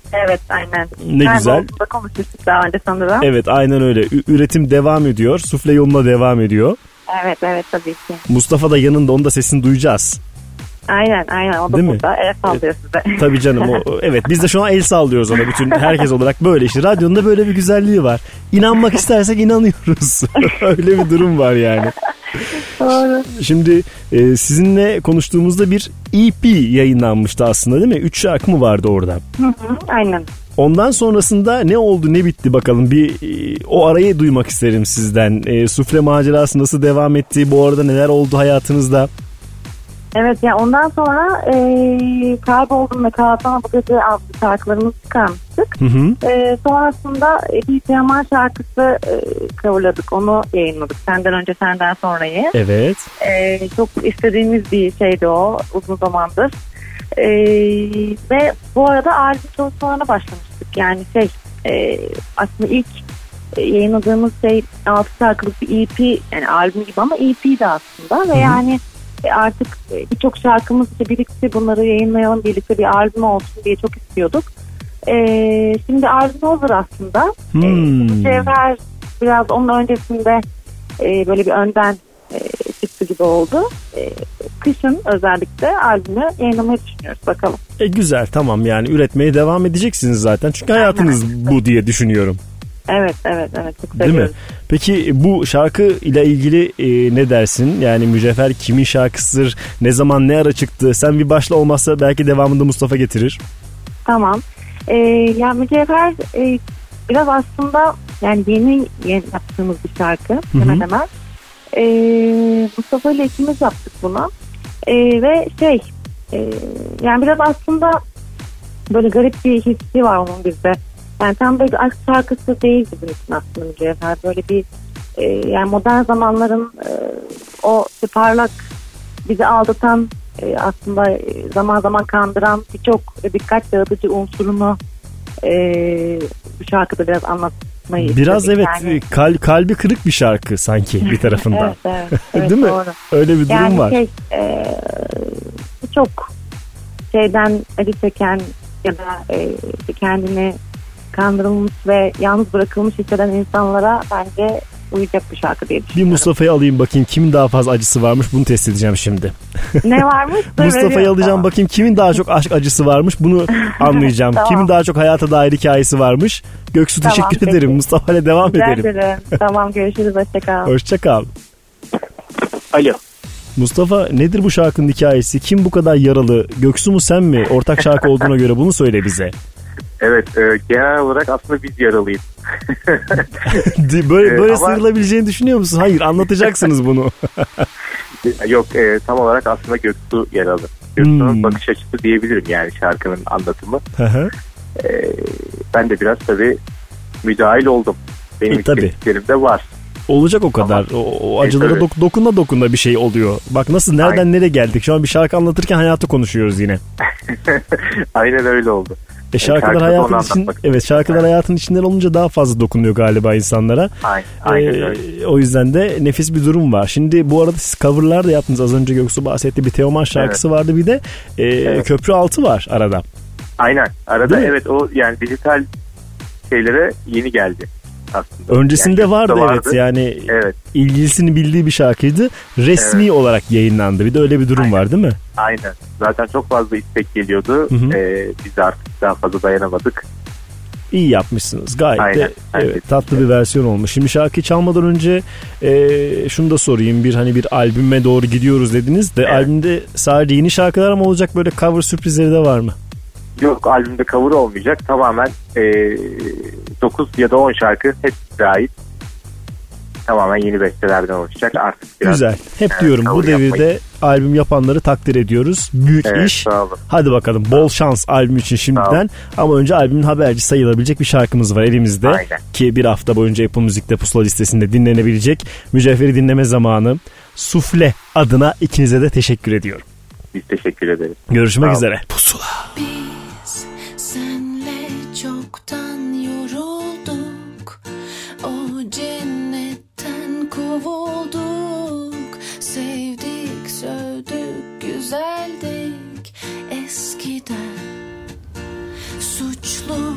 Evet aynen. Ne Her güzel. olduğunda konuşmuştuk daha önce sanırım. Evet aynen öyle. Ü- üretim devam ediyor. Sufle yoluna devam ediyor. Evet evet tabii ki. Mustafa da yanında, onun da sesini duyacağız. Aynen aynen o da Değil mi? burada el sallıyor size. Tabii canım. O, evet biz de şu an el sallıyoruz ona, bütün herkes olarak böyle işte. Radyonun da böyle bir güzelliği var. İnanmak istersek inanıyoruz. Öyle bir durum var yani. Doğru. Şimdi e, sizinle konuştuğumuzda bir E P yayınlanmıştı aslında, değil mi? Üç şarkı mı vardı orada? Hı hı, aynen. Ondan sonrasında ne oldu ne bitti bakalım, bir e, o arayı duymak isterim sizden. E, sufle macerası nasıl devam etti? Bu arada neler oldu hayatınızda? Evet ya ondan sonra e, Kayboldum ve Kağıttan Bu Gece adlı şarkılarımızı çıkarmıştık. Hı hı. E, sonrasında bir Teoman şarkısı e, coverladık. Onu yayınladık. Senden önce senden sonrayı. Evet. E, çok istediğimiz bir şeydi o uzun zamandır. E, ve bu arada albüm çalışmalarına başlamıştık. Yani şey e, aslında ilk e, yayınladığımız şey altı şarkılık bir E P, yani albüm gibi ama E P'di aslında. Ve Hı-hı. yani e, artık e, birçok şarkımız işte birikti, bunları yayınlayalım, birlikte bir albüm olsun diye çok istiyorduk. E, şimdi albüm hazır aslında. Hmm. E, Cevher biraz onun öncesinde e, böyle bir önden e, çıktı gibi oldu. E, kışın özellikle albümü yayınlamayı düşünüyoruz, bakalım. E, güzel, tamam, yani üretmeye devam edeceksiniz zaten. Çünkü hayatınız bu diye düşünüyorum. Evet evet evet çok Değil mi? seviyoruz. Peki bu şarkı ile ilgili e, ne dersin? Yani Mücevher kimin şarkısıdır? Ne zaman, ne ara çıktı? Sen bir başla, olmazsa belki devamında Mustafa getirir. Tamam. Ee, yani Mücevher e, biraz aslında yani yeni, yeni yaptığımız bir şarkı. Hı hı. Hemen hemen. Ee, Mustafa ile ikimiz yaptık bunu. Ee, ve şey e, yani biraz aslında böyle garip bir hissi var onun bizde. Yani tam böyle bir aşk şarkısı değil bizim için aslında Mücevher. Böyle bir e, yani modern zamanların e, o parlak, bizi aldatan, e, aslında e, zaman zaman kandıran birçok dikkat dağıtıcı unsurunu e, bu şarkıda biraz anlatmayı Biraz istedik. evet Yani, kal, kalbi kırık bir şarkı sanki bir tarafından. evet, evet, evet, Değil mi? doğru. Öyle bir durum yani var. Şey, e, çok şeyden acı çeken ya da e, kendini kandırılmış ve yalnız bırakılmış hisseden insanlara bence uyacak bir şarkı diye Bir düşünüyorum. Mustafa'yı alayım bakayım, kimin daha fazla acısı varmış, bunu test edeceğim şimdi. Ne varmış? Mustafa'yı alacağım, bakayım kimin daha çok aşk acısı varmış, bunu anlayacağım. Tamam. Kimin daha çok hayata dair hikayesi varmış. Göksu, Tamam, teşekkür peki. ederim. Mustafa ile devam Rica edelim. ederim. Tamam, görüşürüz. Hoşçakal. Hoşça kal. Alo. Mustafa, nedir bu şarkının hikayesi? Kim bu kadar yaralı? Göksu mu, sen mi? Ortak şarkı olduğuna göre bunu söyle bize. Evet, e, genel olarak aslında biz yaralıyız. böyle böyle Ee, ama- sıyrılabileceğini düşünüyor musun? Hayır, anlatacaksınız bunu. Yok, e, tam olarak aslında Göksu yaralı. Göksu'nun Hmm. bakış açısı diyebilirim, yani şarkının anlatımı. Hı hı. E, ben de biraz tabii müdahil oldum. Benim E, tabii. hissettiklerim de var. Olacak o kadar. O, o acılara E, dok- dokuna dokuna bir şey oluyor. Bak nasıl, nereden Aynen. nereye geldik? Şu an bir şarkı anlatırken hayatı konuşuyoruz yine. Aynen öyle oldu. E şarkılar şarkıda hayatın onu için, anlatmak evet şarkılar istedim. hayatın içinden olunca daha fazla dokunuyor galiba insanlara. Aynen, aynen Ee, öyle. o yüzden de nefis bir durum var. Şimdi bu arada siz coverlar da yaptınız. Az önce Göksu bahsetti, bir Teoman şarkısı vardı, bir de e, Evet. Köprü Altı var arada. Aynen. Arada Değil mi? evet, o yani dijital şeylere yeni geldi aslında. Öncesinde Yani vardı, vardı. evet yani Evet. ilgilisini bildiği bir şarkıydı. Resmi Evet. olarak yayınlandı. Bir de öyle bir durum Aynen. var değil mi? Aynen. Zaten çok fazla istek geliyordu. Hı hı. Ee, biz de artık daha fazla dayanamadık. İyi yapmışsınız. Gayet Aynen, de aynen. evet, tatlı bir versiyon olmuş. Şimdi şarkıyı çalmadan önce e, şunu da sorayım. Bir hani bir albüme doğru gidiyoruz dediniz de, Evet. albümde sadece yeni şarkılar mı olacak, böyle cover sürprizleri de var mı? Yok, albümde cover olmayacak. Tamamen e, dokuz ya da on şarkı hepsi ait. Tamamen yeni bestelerden oluşacak. Artık biraz Güzel. Hep Evet, diyorum bu cover devirde yapmayı. albüm yapanları takdir ediyoruz. Büyük Evet, iş. sağ olun. Hadi bakalım, bol şans albüm için şimdiden. Ama önce albümün haberci sayılabilecek bir şarkımız var elimizde. Aynen. Ki bir hafta boyunca Apple Müzik'te Pusula listesinde dinlenebilecek. Mücevher'i dinleme zamanı. Sufle adına ikinize de teşekkür ediyorum. Biz teşekkür ederiz. Görüşmek Sağ olun. üzere. Pusula. Biz senle çoktan yorulduk, o cennetten kovulduk, sevdik, sövdük, güzeldik eskiden, suçlu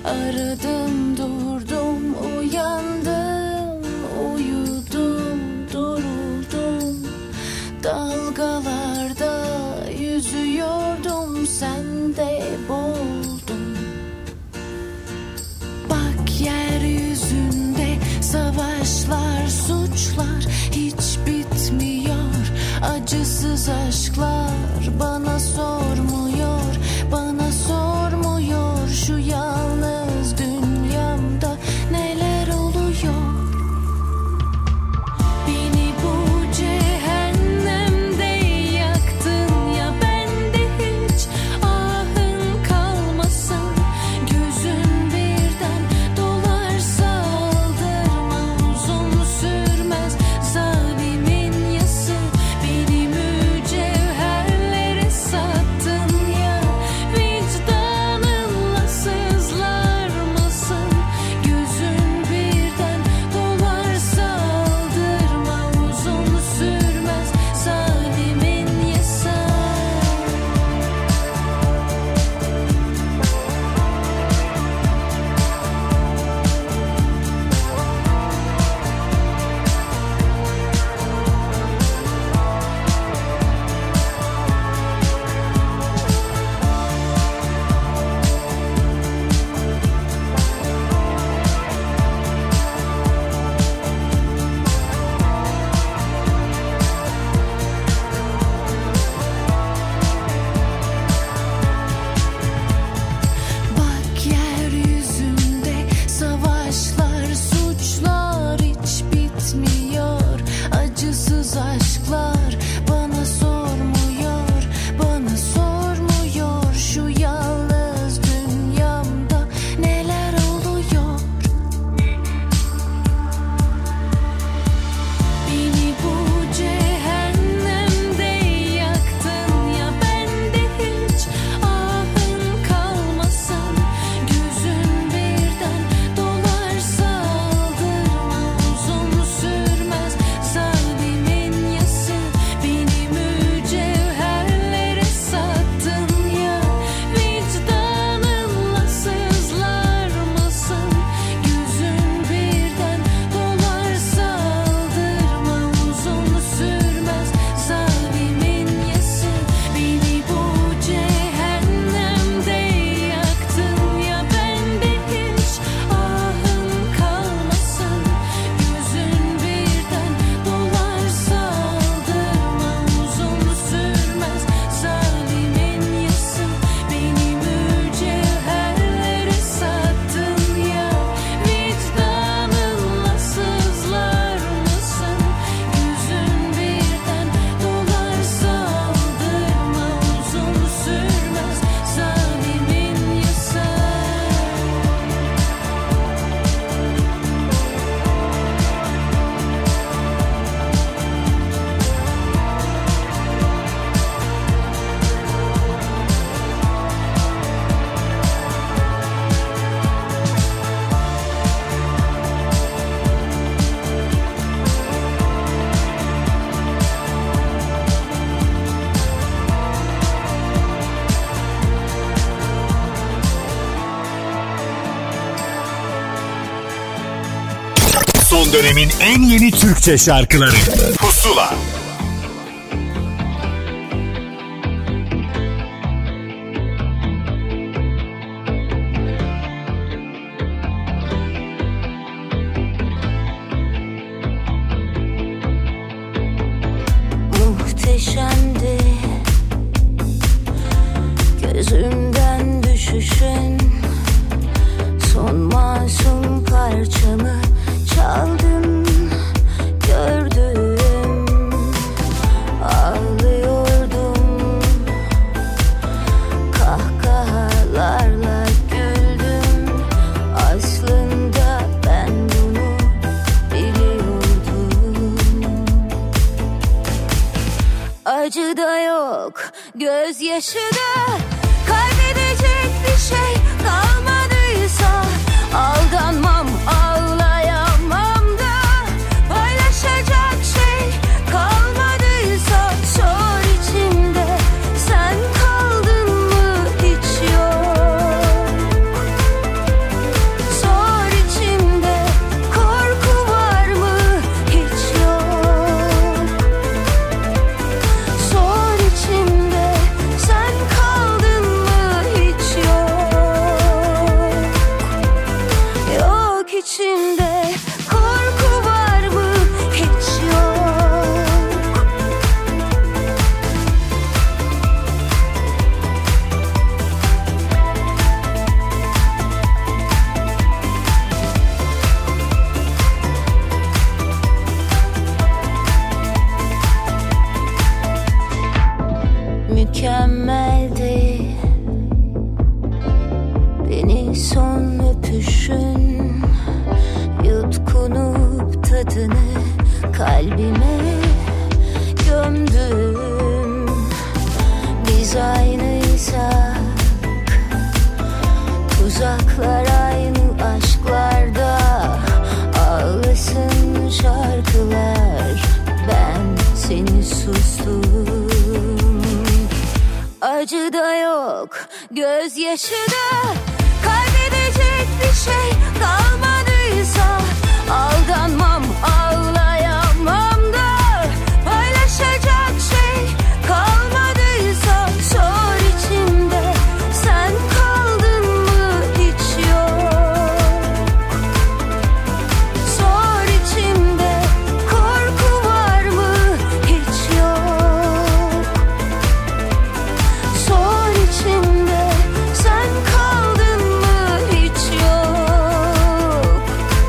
Aradım durdum uyandım, uyudum duruldum. Dalgalarda yüzüyordum, sen de boğuldun. Bak yeryüzünde savaşlar, suçlar hiç bitmiyor. Acısız aşklar bana sormuyor, bana sormuyor. Şu yalnız dünyamda neler oluyor? Beni bu cehennemde yaktın ya, bende hiç ahın kalmasın. Gözün birden dolarsa aldırma, uzun sürmez zalimin yası. Beni mücevherlere sattın ya, vicdanınla sızlar mısın? Gözün birden dolarsa aldırma, uzun sürmez zalimin yası. Bak yeryüzünde savaşlar, suçlar hiç bitmiyor. Acısız aşklar bana sormuyor, bana sormuyor. Şu yalnız dünyamda neler oluyor? Beni bu cehennemde yaktın ya, bende hiç ahın kalmasın. Gözün birden dolarsa aldırma, uzun sürmez zalimin yası. Beni mücevherlere sattın ya, vicdanınla sızlar mısın? Gözün birden dolarsa aldırma, uzun sürmez zalimin yası. Beni bu cehennemde yaktın ya, bende hiç ahın kalmasın. Gözün birden dolarsa aldırma, uzun sürmez zalimin yası. Beni mücevherlere sattın ya, vicdanınla sızlar mısın? Gözün birden dolarsa aldırma, uzun sürmez zalimin yası. Son dönemin en yeni Türkçe şarkıları Pusula. Muhteşemdi gözümden düşüşün, son masum parçamı çaldın, gördüm, ağlıyordum, kahkahalarla güldüm, aslında ben bunu biliyordum. Acı da yok, gözyaşı da, kaybedecek bir şey kalmadıysa aldanmam, ağlayamam da, paylaşacak şey kalmadıysa sor içimde, sen kaldın mı hiç yok. mükemmeldi. Beni son öpüşün, yutkunup tadını kalbime gömdüm. Biz aynıysak, tuzaklar aynı aşklarda. Ağlasın şarkılar, ben seni sustum. Acı da yok, gözyaşı da, kaybedecek bir şey kalmadıysa aldanmam, ağlayamam da. Paylaşacak şey kalmadıysa sor içimde, sen kaldın mı hiç yok. Sor içimde, korku var mı hiç yok. Sor içimde, sen kaldın mı hiç yok.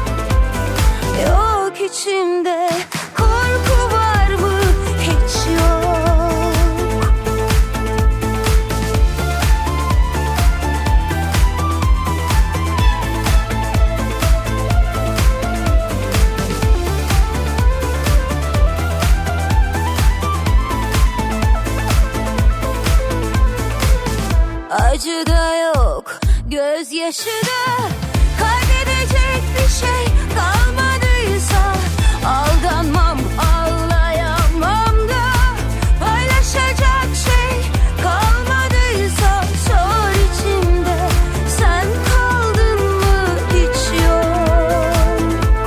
Yok içimde, korku var mı hiç yok. Acı da yok, gözyaşı da, kaybedecek bir şey kalmadıysa aldanmam, ağlayamam da. Paylaşacak şey kalmadıysa sor içimde, sen kaldın mı hiç yok.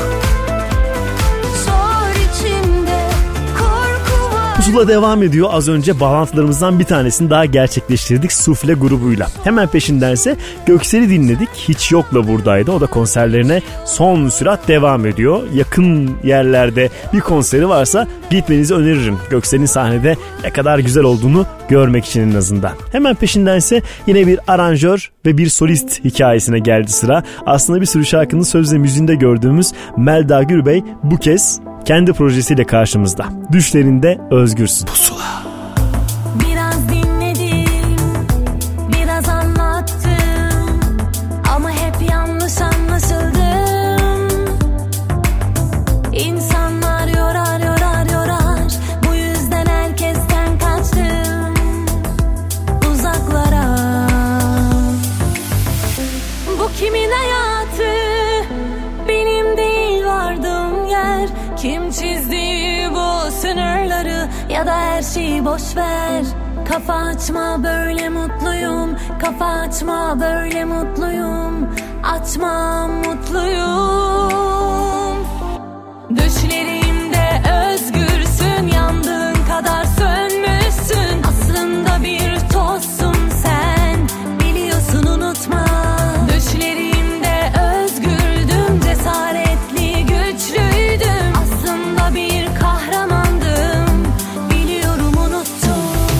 Sor içimde, korku var. Pusula devam ediyor. Az önce bağlantılarımızdan bir tanesini daha gerçekleştirdik Sufle grubuyla. Hemen peşindense Göksel'i dinledik. Hiç Yok'la buradaydı. O da konserlerine son sürat devam ediyor. Yakın yerlerde bir konseri varsa gitmenizi öneririm. Göksel'in sahnede ne kadar güzel olduğunu görmek için en azından. Hemen peşindense yine bir aranjör ve bir solist hikayesine geldi sıra. Aslında bir sürü şarkının söz ve müziğinde gördüğümüz Melda Gürbey bu kez kendi projesiyle karşımızda. Düşlerinde özgürsün. Pusula. Biraz dinledim, biraz anlattım, ama hep yanlış anlaşıldım. İnsanlar yorar yorar yorar, bu yüzden herkesten kaçtım uzaklara. Bu kimin hayatı, benim değil vardığım yer. Kim çizdi bu sınırları, ya da her şeyi boş ver. Kafa açma, böyle mutluyum. Kafa açma, böyle mutluyum. Açma, mutluyum. Düşlerimde özgürsün, yandığın kadar sönmüşsün. Aslında bir tozsun sen, biliyorsun unutma. Düşlerimde özgürdüm, cesaretli, güçlüydüm. Aslında bir kahramandım, biliyorum unuttum.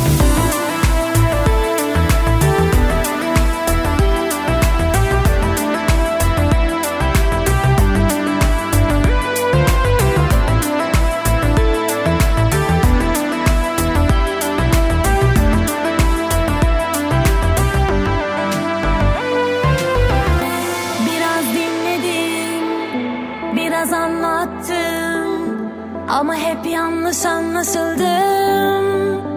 Biraz dinledim, biraz anlattım, ama hep yanlış anlaşıldım.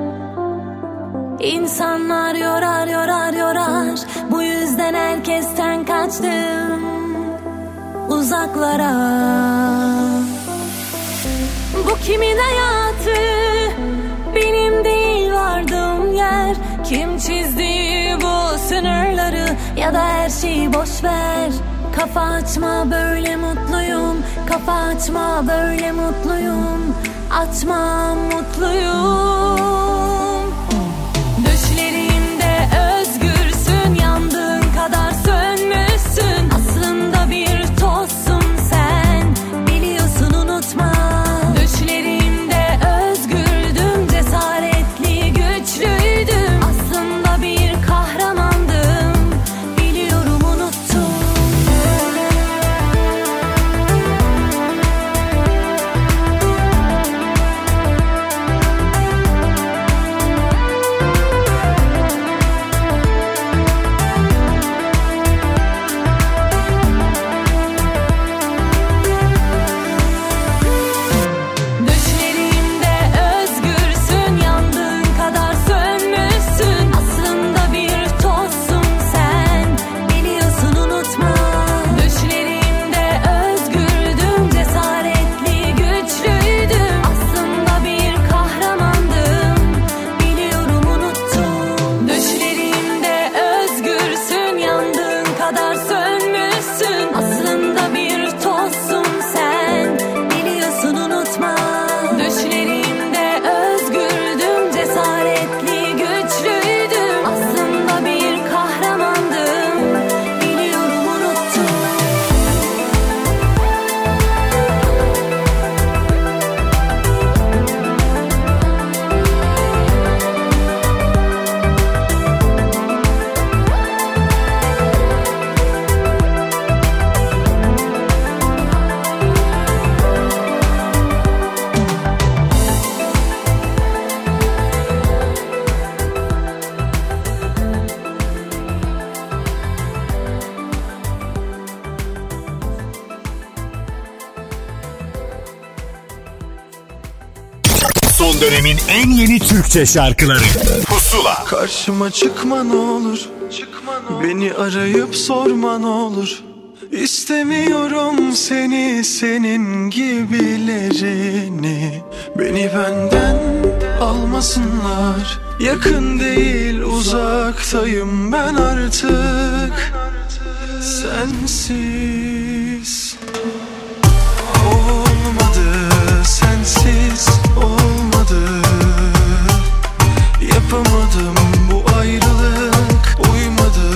İnsanlar yorar yorar yorar, bu yüzden herkesten kaçtım uzaklara. Bu kimin hayatı, benim değil vardığım yer. Kim çizdi bu sınırları, ya da her şeyi boş ver. Kafa açma, böyle mutluyum. Kafa açma, böyle mutluyum. Açma, mutluyum. Düşlerimde özgürsün, yandığın kadar sönmüşsün. Aslında bir tozsun sen, biliyorsun unutma. Düşlerimde özgürdüm, cesaretli, güçlüydüm. Aslında bir kahramandım, biliyorum unuttum. Son dönemin en yeni Türkçe şarkıları Pusula. Karşıma çıkma ne olur, beni arayıp sorma ne olur. İstemiyorum seni, senin gibilerini. Beni benden almasınlar. Yakın değil uzaktayım ben artık. Sensiz olmadı, sensiz olmadı. Yapamadım bu ayrılık, uymadı.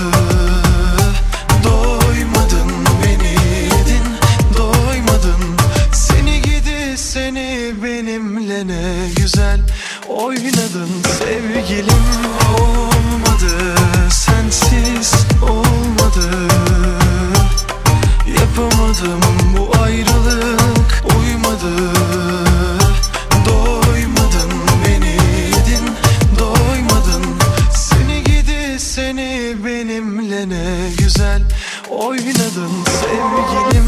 Doymadın beni yedin, doymadın. Seni gidi seni benimle ne güzel oynadın sevgilim. Olmadı, sensiz olmadı. Yapamadım bu ayrılık, uymadı. Doymadın beni yedin, doymadın. Seni gidi seni benimle ne güzel oynadın sevgilim.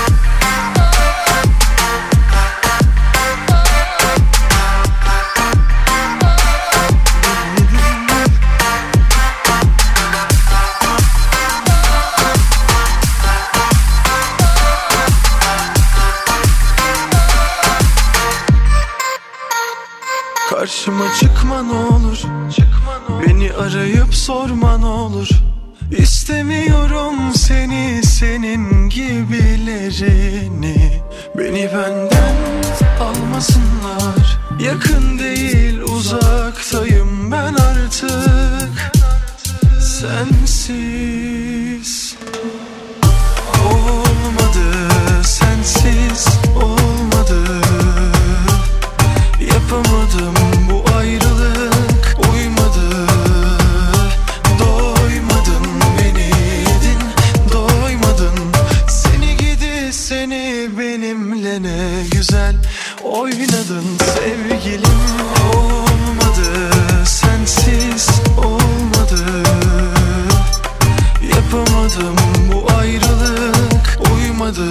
Karşıma çıkma ne olur, beni arayıp sorma ne olur. İstemiyorum seni, senin gibilerini. Beni benden almasınlar. Yakın değil uzaktayım ben artık. Sensiz olmadı, sensiz olmadı. Yapamadım bu ayrılık, uymadı. Doymadın beni yedin, doymadın. Seni gidi seni benimle ne güzel oynadın sevgilim. Olmadı, sensiz olmadı. Yapamadım bu ayrılık, uymadı.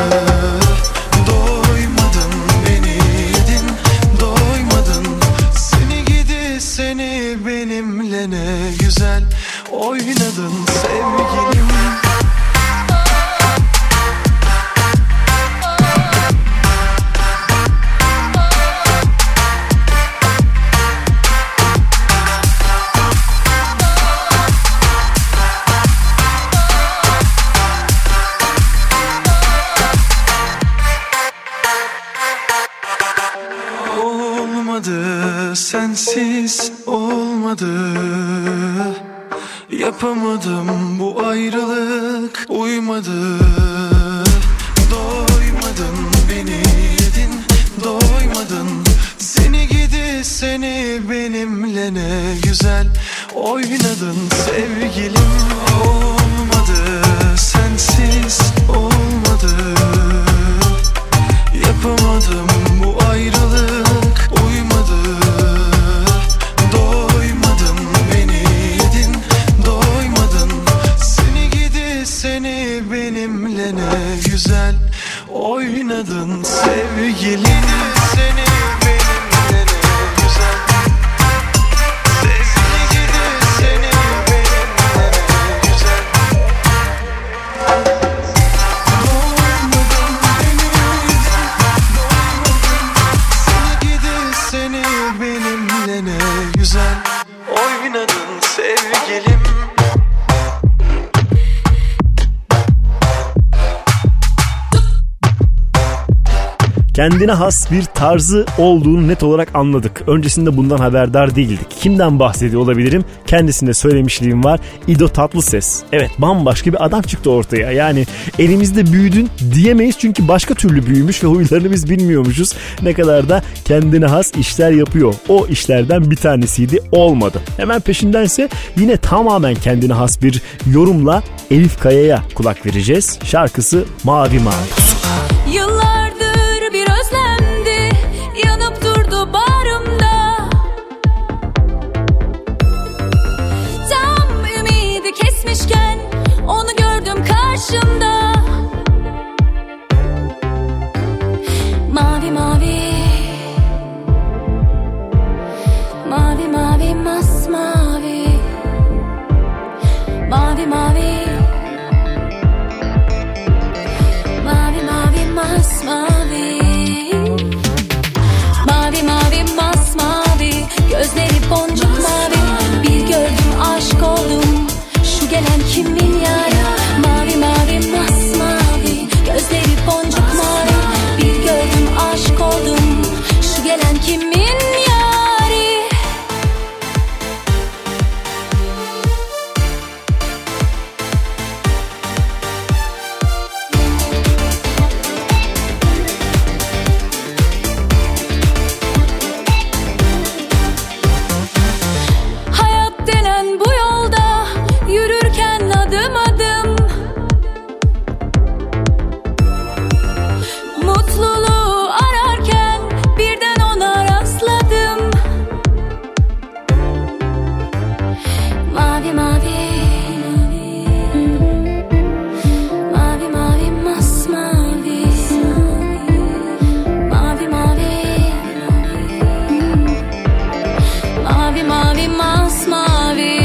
Doymadın beni yedin, doymadın. Seni gidi seni benimle ne güzel oynadın sevgilim. Sensiz olmadı. Yapamadım bu ayrılık, uymadı. Doymadın beni yedin, doymadın. Seni gidi seni benimle ne güzel oynadın sevgilim. Olmadı, sensiz olmadı. Yapamadım bu ayrılık, uymadı. Doymadın beni yedin, doymadın. Seni gidi seni benimle ne güzel oynadın sevgilim. Seni benimle ne güzel. Seni gidi seni benimle ne güzel. Doymadın beni yedin, doymadın. Seni gidi seni benimle ne güzel oynadın sevgilim. Kendine has bir tarzı olduğunu net olarak anladık. Öncesinde bundan haberdar değildik. Kimden bahsediyor olabilirim? Kendisine söylemişliğim var. İdo Tatlıses. Evet, bambaşka bir adam çıktı ortaya. Yani elimizde büyüdün diyemeyiz çünkü başka türlü büyümüş ve huylarını biz bilmiyormuşuz. Ne kadar da kendine has işler yapıyor. O işlerden bir tanesiydi, olmadı. Hemen peşindense yine tamamen kendine has bir yorumla Elif Kaya'ya kulak vereceğiz. Şarkısı Mavi Mavi. Yıllardır bir özlemdi, yanıp durdu bağrımda. Tam ümidi kesmişken onu gördüm karşımda. Mavi mavi Mavi mavi, mavi mavi masmavi, mavi mavi masmavi, gözleri boncuk mavi. Bir gördüm aşk oldum, şu gelen kimin yari? Mavi mavi masmavi, gözleri boncuk mavi. Bir gördüm aşk oldum, şu gelen kimin yari? Hayat denen bu yolda yürürken adım adım mutluluğu ararken birden ona rastladım. Mavi mavi, mavi mavi masmavi, mavi mavi, mavi mavi masmavi,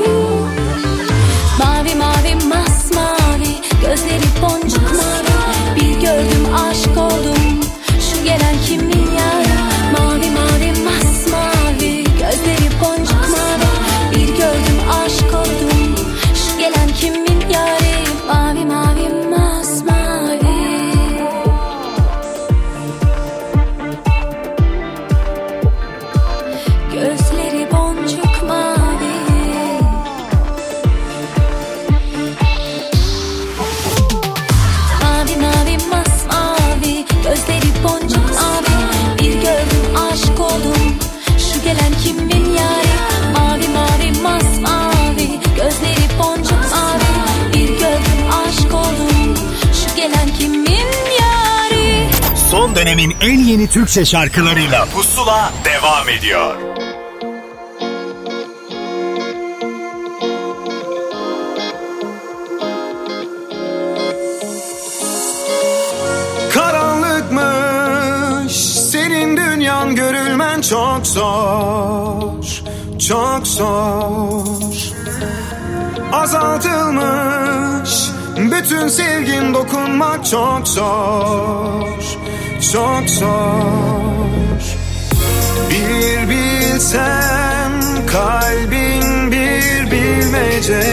mavi mavi masmavi, gözleri boncuk mavi. Bir gördüm aşk oldum, şu gelen kimin yari? Mavi mavi masmavi, gözleri boncuk mavi. Bir gördüm aşk oldum, şu gelen kimin yari? Mavi mavi masmavi. Gözleri boncuk mavi. Mavi mavi masmavi, gözleri boncuk mavi. Bir gördüm aşk oldum, şu gelen kimin yari? Mavi mavi masmavi, gözleri boncuk mavi. Bir gördüm aşk oldum, şu gelen kimin yari? Son dönemin en yeni Türkçe şarkılarıyla Pusula devam ediyor. Karanlıkmış senin dünyan, görülmen çok zor, çok zor. Azaltılmış bütün sevgin, dokunmak çok zor, çok zor. Bir bilsem kalbin bir bilmece,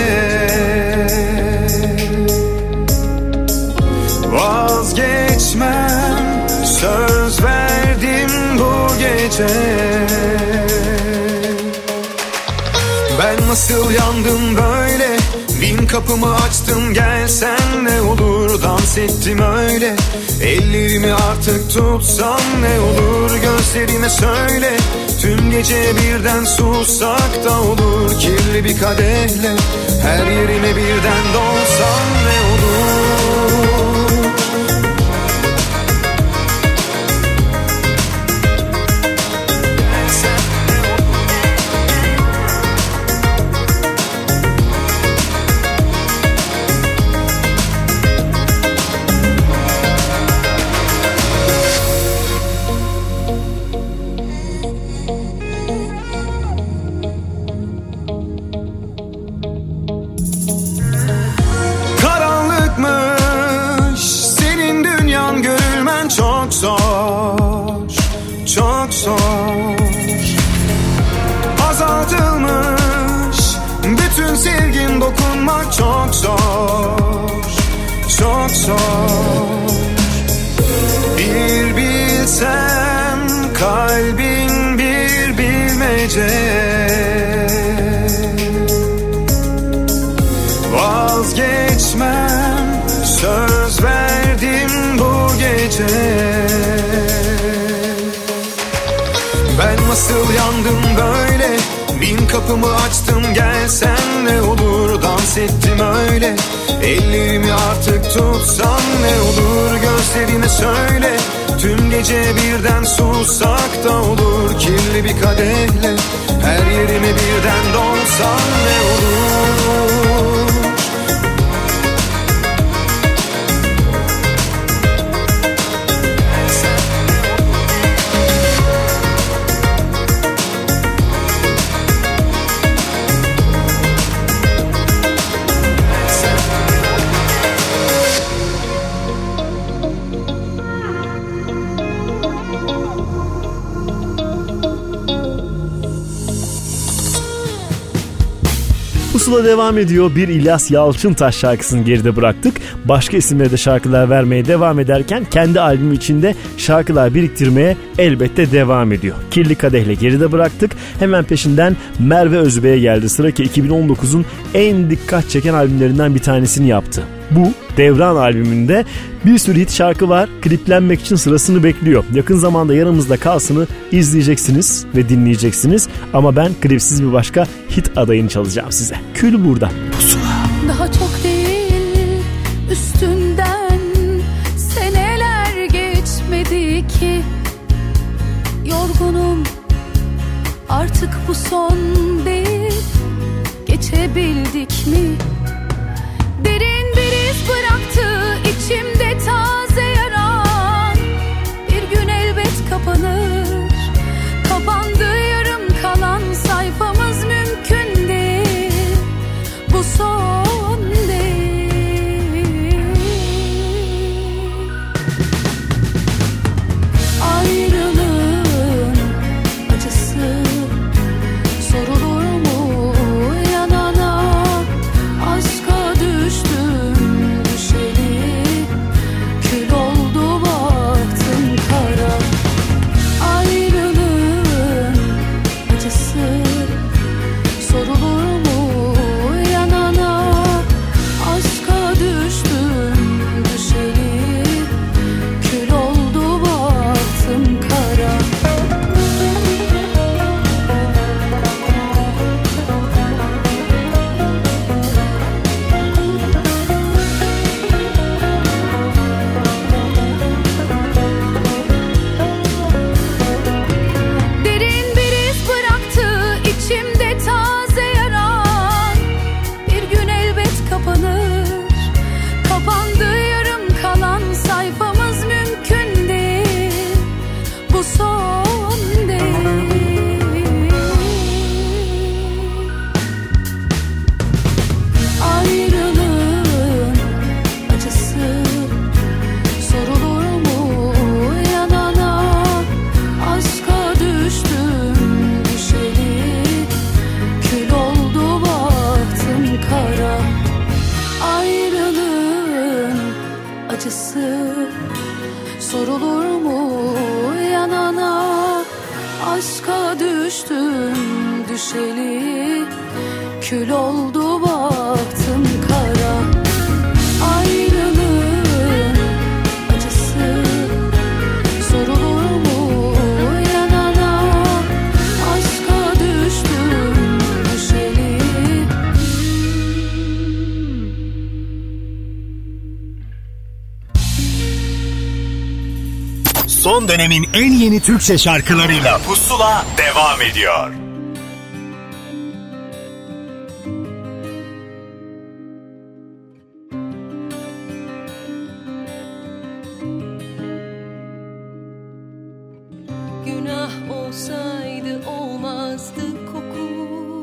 vazgeçmem, söz verdim bu gece. Ben nasıl yandım böyle, bin kapımı açtım gelsen ne olur. Dans ettim öyle, ellerimi artık tutsan ne olur. Gözlerime söyle, tüm gece birden sussak da olur. Kirli bir kadehle her yerime birden dolsan ne olur. Zor, çok zor. Azaltılmış bütün sevgin, dokunmak çok zor, çok zor. Bir bilsem kalbin bir bilmece, vazgeçmem, söz verdim bu gece. Ben nasıl yandım böyle, bin kapımı açtım gelsen ne olur. Dans ettim öyle, ellerimi artık tutsan ne olur. Gözlerine söyle, tüm gece birden sussak da olur. Kirli bir kadehle her yerime birden dolsan ne olur. Pusula devam ediyor. Bir İlyas Yalçıntaş şarkısını geride bıraktık. Başka isimlere de şarkılar vermeye devam ederken kendi albümü içinde şarkılar biriktirmeye elbette devam ediyor. Kirli Kadeh'le geride bıraktık. Hemen peşinden Merve Özbey'e geldi sıra ki iki bin on dokuzun en dikkat çeken albümlerinden bir tanesini yaptı. Bu Devran albümünde bir sürü hit şarkı var. Kliplenmek için sırasını bekliyor. Yakın zamanda Yanımızda Kalsın'ı izleyeceksiniz ve dinleyeceksiniz. Ama ben klipsiz bir başka hit adayını çalacağım size. Kül burada. Pusula. Daha çok değil üstünden seneler geçmedi ki. Yorgunum artık bu son değil. Geçebildik mi? Derin bir iz bıraktı içimde taze yaran. Bir gün elbet kapanır. Kapandı yarım kalan sayfamız mümkün değil. Bu son değil. Ayrılığın acısı sorulur mu yanana? Aşka düştüm düşeli, kül oldu baktım kara. Ayrılığın acısı sorulur mu yanana? Aşka düştüm düşeli, kül oldu baktım kara. Derin bir iz bıraktı içimde taze yaran. Bir gün elbet kapanır. Kapandı yarım kalan sayfamız mümkün değil. Bu son değil. Ayrılığın acısı sorulur mu yanana? Aşka düştüm düşeli, kül oldu baktım kara. Ayrılığın acısı sorulur mu yanana? Aşka düştüm düşeli, kül oldu baktım kara. Ayrılığın acısı sorulur mu yanana? Aşka düştüm düşeli. Son dönemin en yeni Türkçe şarkılarıyla Pusula devam ediyor. Günah olsaydı olmazdı koku.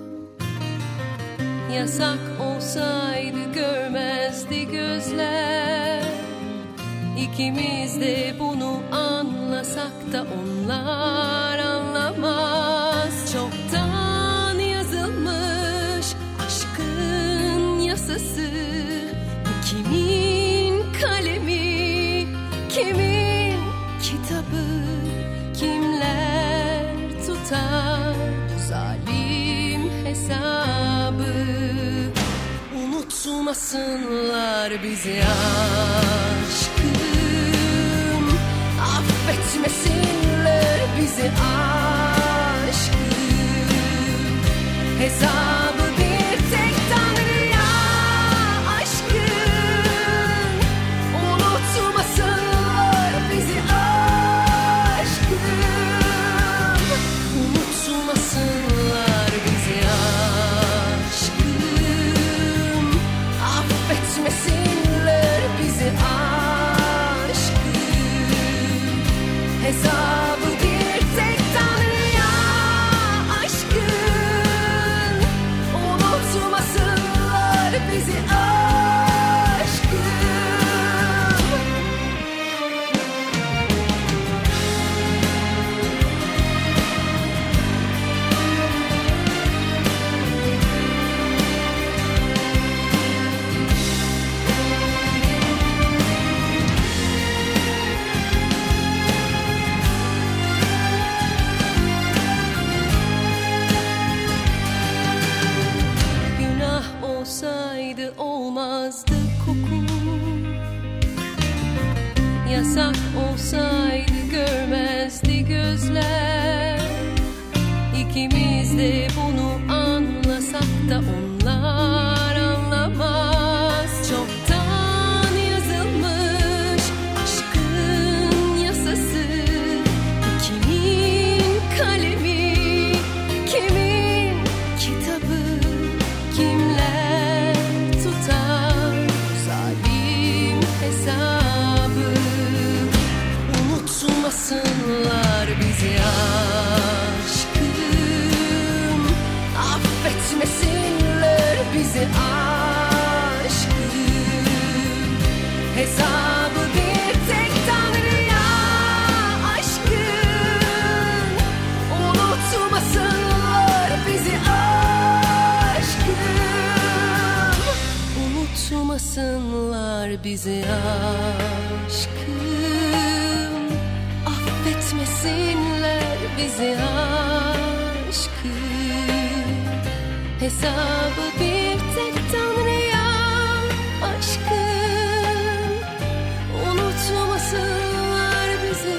Yasak olsaydı görmezdi gözler. İkimiz de bunu anlasak da onlar anlamaz. Çoktan yazılmış aşkın yasası. Bu kimin kalemi, kimin kitabı? Kimler tutar zalim hesabı? Unutmasınlar bizi aşkım, affetmesinler bizi aşkım. Hesabı bir tek Tanrı'ya aşkım. Unutmasınlar bizi aşkım. Unutmasınlar bizi aşkım. Affetmesinler bizi aşkım. Hesabı bir tek Tanrı'ya aşkım. almazdı kokun. Yasak olsaydı görmezdi gözler. İkimiz de bunu anlasak da onlar anlamaz. Çoktan yazılmış aşkın yasası. Kimin kalemi, kimin kitabı, kimler tutar zalim hesabı. Unutmasınlar bizi aşkım, affetmesinler bizi aşkım. Hesabı bir tek Tanrı'ya aşkım. Unutmasınlar bizi aşkım. Unutmasınlar bizi aşkım. Affetmesinler bizi aşkım. Hesabı bir tek Tanrı'ya aşkım. Unutmasınlar bizi.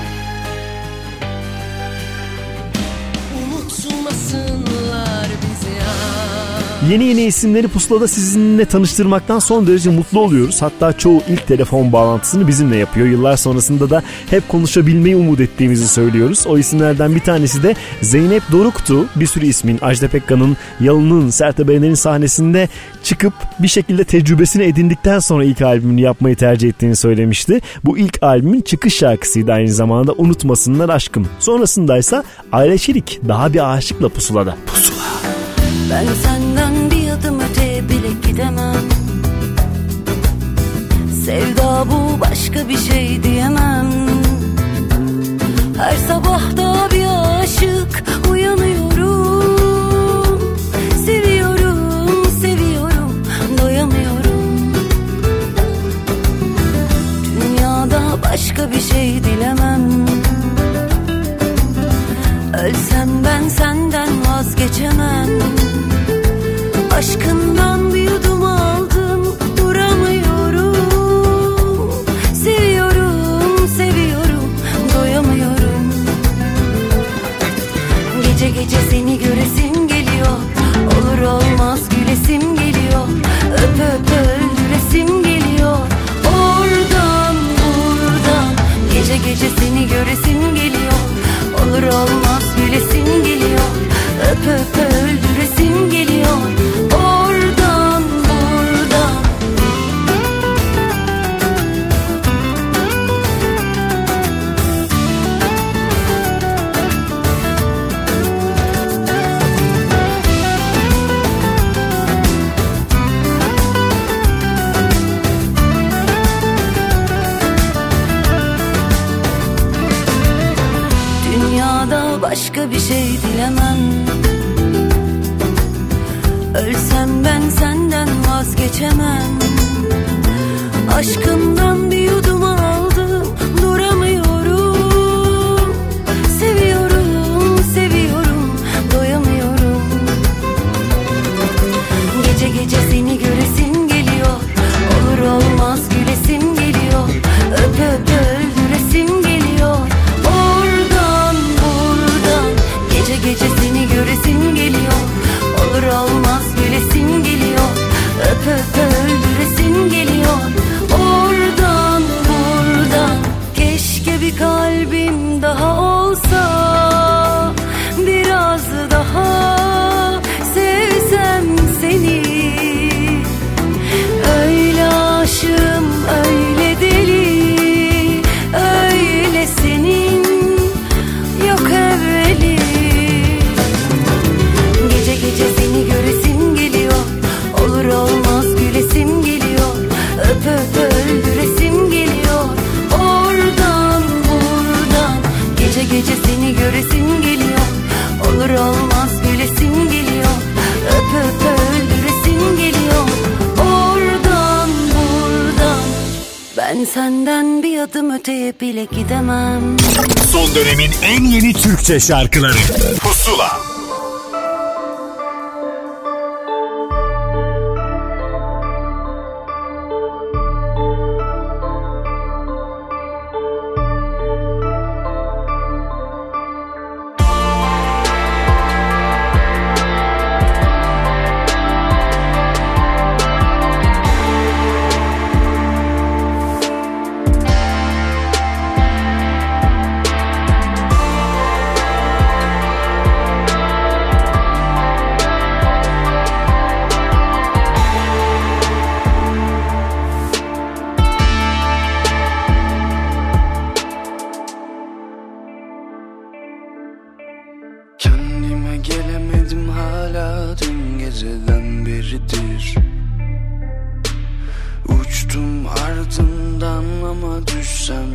Unutmasınlar bizi aşkım. Yeni yeni isimleri Pusula'da sizinle tanıştırmaktan son derece mutlu oluyoruz. Hatta çoğu ilk telefon bağlantısını bizimle yapıyor. Yıllar sonrasında da hep konuşabilmeyi umut ettiğimizi söylüyoruz. O isimlerden bir tanesi de Zeynep Doruk'tu. Bir sürü ismin, Ajda Pekkan'ın, Yalın'ın, Sertab Erener'in sahnesinde çıkıp bir şekilde tecrübesini edindikten sonra ilk albümünü yapmayı tercih ettiğini söylemişti. Bu ilk albümün çıkış şarkısıydı aynı zamanda, Unutmasınlar Aşkım. Sonrasındaysa Ayla Çelik daha bir aşıkla Pusula'da. Pusula. Ben senden bir adım öteye bile gidemem. Sevda bu, başka bir şey diyemem. Her sabah da bir aşık uyanıyorum. Seviyorum, seviyorum, doyamıyorum. Dünyada başka bir şey dilemem. Ölsem ben senden vazgeçemem. Aşkından bir yudum aldım, duramıyorum. Seviyorum, seviyorum, doyamıyorum. Gece gece seni göresim geliyor. Olur olmaz gülesim geliyor. Öp öp öldüresim geliyor. Oradan buradan gece gece seni göresim geliyor. Olur olmaz gülesim geliyor. Öp öp öldüresim geliyor. Oradan buradan. Dünyada başka bir şey dilemem. Ölsem ben senden vazgeçemem. Aşkımdan bir yudum aldım, duramıyorum. Seviyorum, seviyorum, doyamıyorum. Gece gece seni göresim geliyor. Olur olmaz gülesim geliyor. Öp öp öldüresim geliyor. Oradan buradan gece gece seni göresim geliyor. Olur olmaz gülesim geliyor. Öp öp öldüresim geliyor. Oradan buradan. Keşke bir kalbim daha olsa, biraz daha sevsem seni. Öyle aşığım, öyle deli, öyle senin yok evveli. Gece gece seni göresim geliyor. Olur olmaz gülesim geliyor. Öp öp öldüresim geliyor. Oradan buradan gece gece seni göresim geliyor. Olur olmaz gülesim geliyor. Öp öp öldüresim geliyor. Oradan buradan. Ben senden bir adım öteye bile gidemem. Son dönemin en yeni Türkçe şarkıları Pusula. yeridir. Uçtum ardından ama düşsem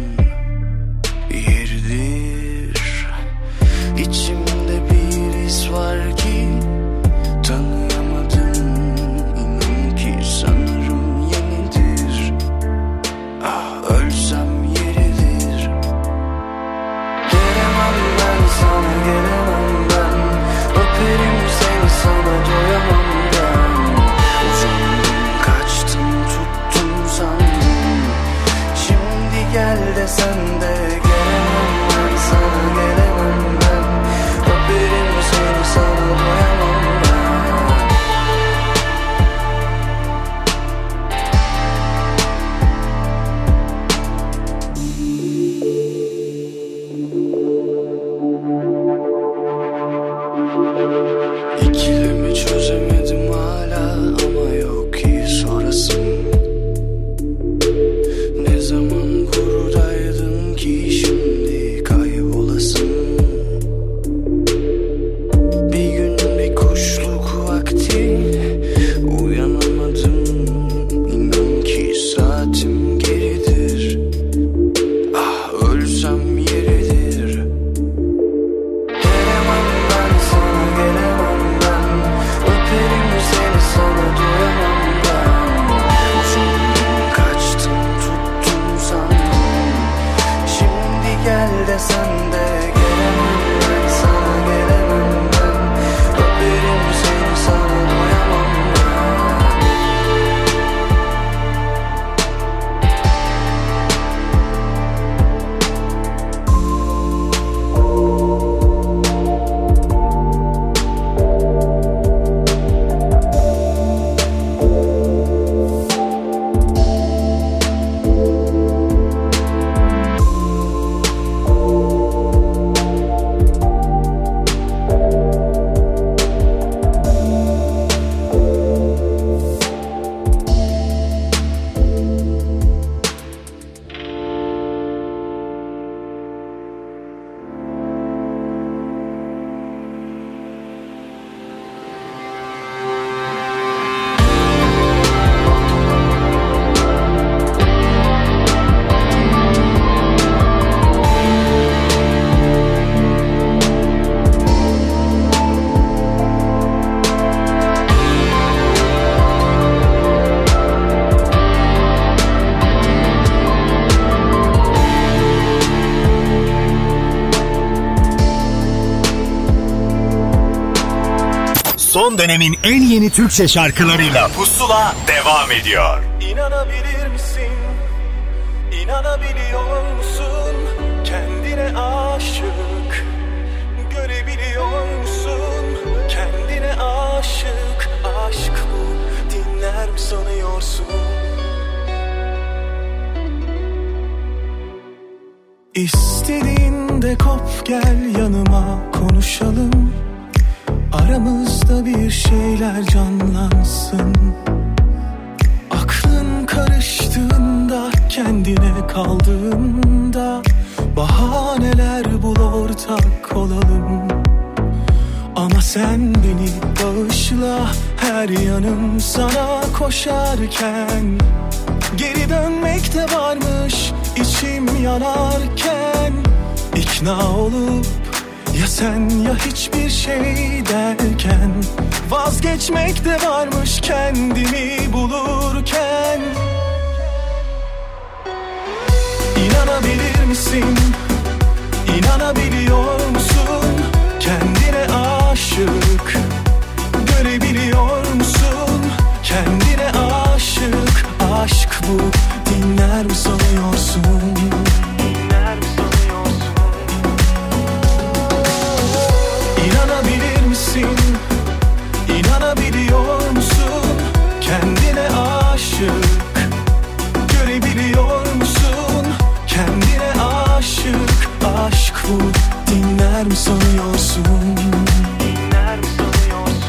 yeridir. İçimde bir his var ki tanıyamadım, inan ki sanırım yenidir. Ah ölsem yeridir. Gelemem ben sana, gelemem ben. Öperim seni, sana doyamam ben. Uzandım, kaçtım, tuttum sandım. Şimdi gel desen de gelemem ben sana, gelemem ben. Öperim seni, sana doyamam ben. İkilemi çözemedim hala ama yok ki sorasım. Ne zaman buradaydın ki şimdi kaybolasın. Bir gün bir kuşluk vakti uyanamadım, inan ki saatim geridir. Ah ölsem yeridir. Gelemem ben sana, gelemem ben. Öperim seni, sana doyamam ben. Uzandım, kaçtım, tuttum sandım. Şimdi gel desen de gelemem ben sana, gelemem ben. Öperim seni, sana doyamam ben. Son dönemin en yeni Türkçe şarkılarıyla Pusula devam ediyor. İnanabilir misin? İnanabiliyor musun? Kendine aşık. Görebiliyor musun? Kendine aşık. Aşk bu, dinler mi sanıyorsun? İstediğinde kop gel yanıma konuşalım. Aramızda bir şeyler canlansın. Aklın karıştığında, kendine kaldığında bahaneler bul, ortak olalım. Ama sen beni bağışla, her yanım sana koşarken. Geri dönmek de varmış içim yanarken. İkna olup ya sen ya hiçbir şey derken. Vazgeçmek de varmış kendimi bulurken. İnanabilir misin? İnanabiliyor musun? Kendine aşık. Görebiliyor musun? Kendine aşık. Aşk bu, dinler mi sanıyorsun? Dinler mi sanıyorsun? İnanabilir misin? İnanabiliyor musun? Kendine aşık. Görebiliyor musun? Kendine aşık. Aşk bu, dinler mi sanıyorsun? Dinler mi sanıyorsun?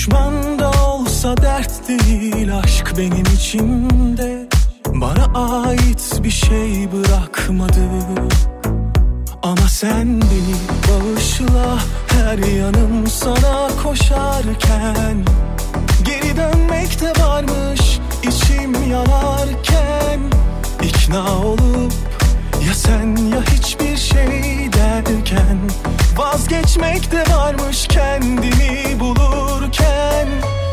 Düşman da olsa dert değil, aşk benim içimde. Bana ait bir şey bırakmadı. Ama sen beni bağışla, her yanım sana koşarken. Geri dönmek de varmış içim yanarken. İkna olup ya sen ya hiçbir şey derken. Vazgeçmek de varmış kendini bulurken.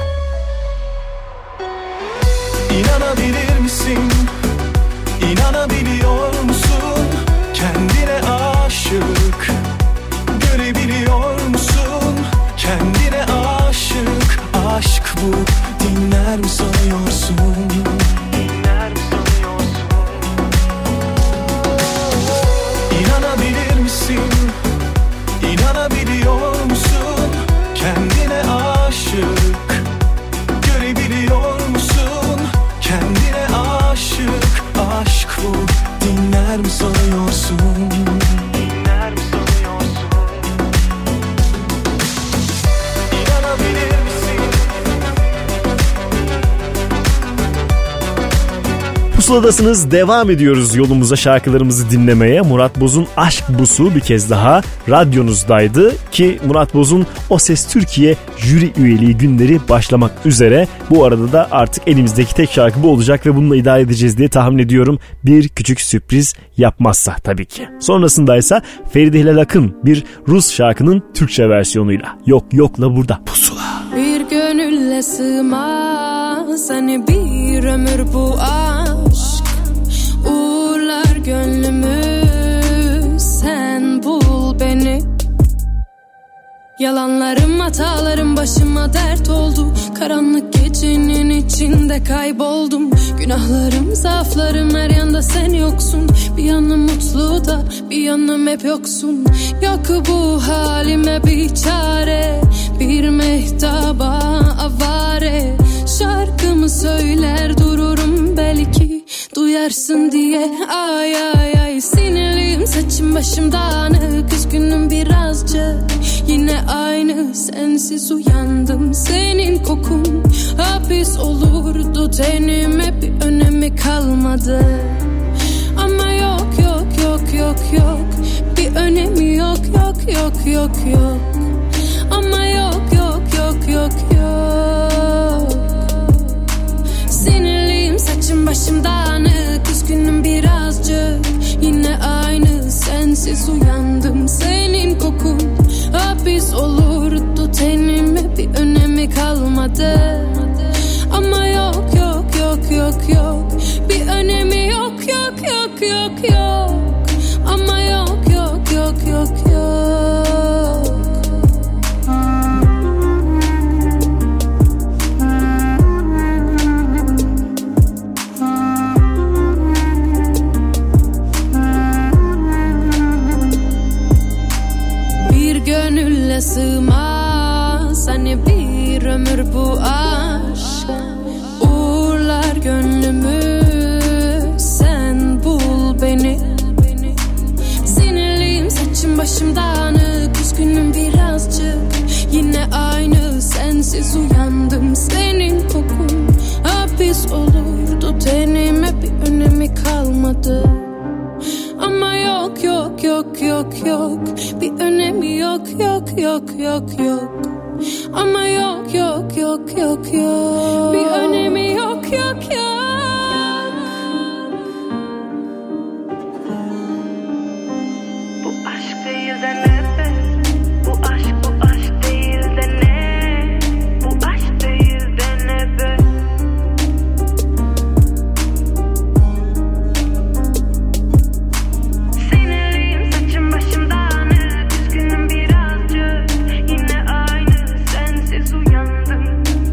İnanabilir misin? İnanabiliyor musun? Kendine aşık. Görebiliyor musun? Kendine aşık. Aşk bu, dinler mi sanıyorsun? Dinler mi sanıyorsun? İnanabilir misin? İnanabiliyor musun? Kendine aşık. Görebiliyor musun? Kendine aşık. Aşk bu, dinler mi sanıyorsun? Dinler mi sanıyorsun? İnanabilir misin? Pusuladasınız, devam ediyoruz yolumuza şarkılarımızı dinlemeye. Murat Boz'un Aşk Busu bir kez daha radyonuzdaydı ki Murat Boz'un O Ses Türkiye jüri üyeliği günleri başlamak üzere. Bu arada da artık elimizdeki tek şarkı bu olacak ve bununla idare edeceğiz diye tahmin ediyorum. Bir küçük sürpriz yapmazsa tabii ki. Sonrasındaysa Feride Hilal Akın bir Rus şarkının Türkçe versiyonuyla. Yok yokla burada pusula. Bir gönülle sığmaz hani bir ömür bu aşk. Uğurlar gönlümü, sen bul beni. Yalanlarım, hatalarım başıma dert oldu. Karanlık gecenin içinde kayboldum. Günahlarım, zaaflarım, her yanda sen yoksun. Bir yanım mutlu da bir yanım hep yoksun. Yok bu halime bir çare, bir mehtaba avare. Şarkımı söyler dururum belki duyarsın diye. Ay ay ay sinirliyim, saçım başım dağınık, üzgünüm birazcık. Yine aynı sensiz uyandım, senin kokun hapis olurdu tenime, bir önemi kalmadı. Ama yok yok yok yok yok, bir önemi yok yok yok yok yok. Ama yok yok yok yok yok. Sinirliyim, saçım başım dağınık, üzgünüm birazcık. Yine aynı sensiz uyandım, senin kokun hapis olurdu tenime, bir önemi kalmadı. Ama yok yok yok yok yok, bir önemi yok yok yok yok yok. Ama yok yok yok yok yok. Bir gönülle sığmaz hani bir ömür bu aşk. Uğurlar gönlümü, sen bul beni. Sinirliyim, saçım başım dağınık, üzgünüm birazcık. Yine aynı sensiz uyandım, senin kokun hapis olurdu tenime, bir önemi kalmadı. Ama yok yok yok yok yok, bir önemi yok yok yok yok yok. Ama yok yok yok yok yok, bir önemi yok yok yok. Bu aşk değil de ne be? Bu aşk bu aşk değil de ne? Bu aşk değil de ne be? Sinirliyim, saçım başım dağınık, üzgünüm birazcık. Yine aynı sensiz uyandım.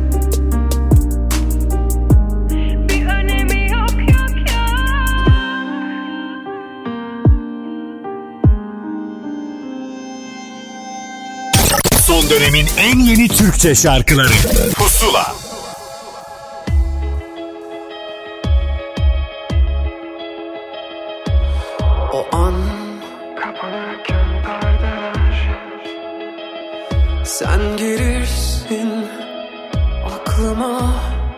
Bir önemi yok yok yok. Son dönemin en yeni Türkçe şarkıları Pusula. O an kapanırken perdeler, sen girirsin aklıma.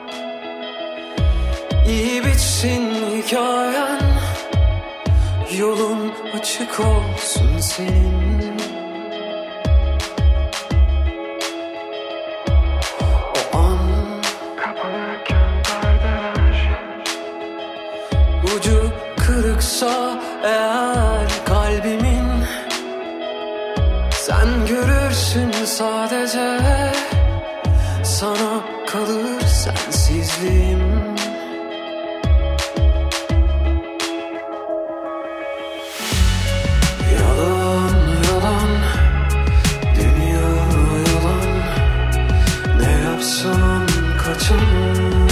İyi bitsin hikayen, yolun açık olsun senin. O an kapanırken perdeler, ucu kırıksa eğer kalbimin, sen görürsün sadece, sana kalır sensizliğim. Yalan yalan, dünya yalan, ne yapsam kaçamam.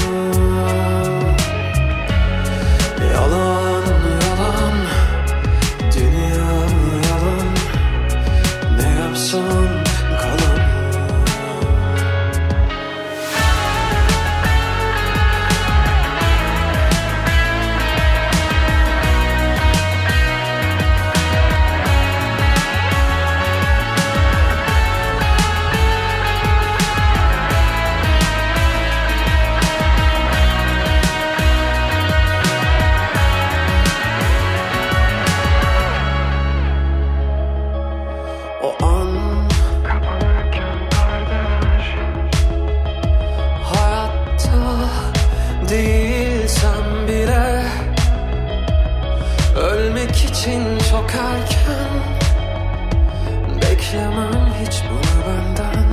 Yalan yalan, dünya yalan, ne yapsam kalamam. O an kapanırken perdeler, hayatta değilsem bile ölmek için çok erken, beklemem hiç bunu benden.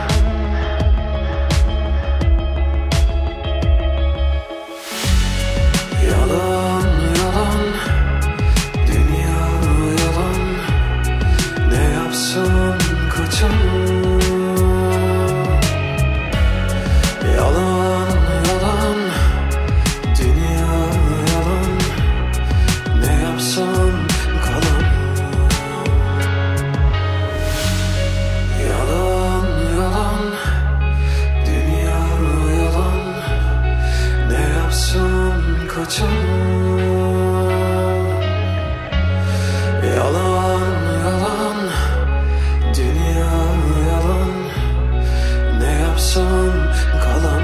Yalan yalan, dünya yalan, ne yapsam kaçamam. Yalan yalan, dünya yalan, ne yapsam kalamam. Yalan yalan, dünya yalan, ne yapsam kaçamam. Yalan yalan, dünya yalan, ne yapsam kalamam.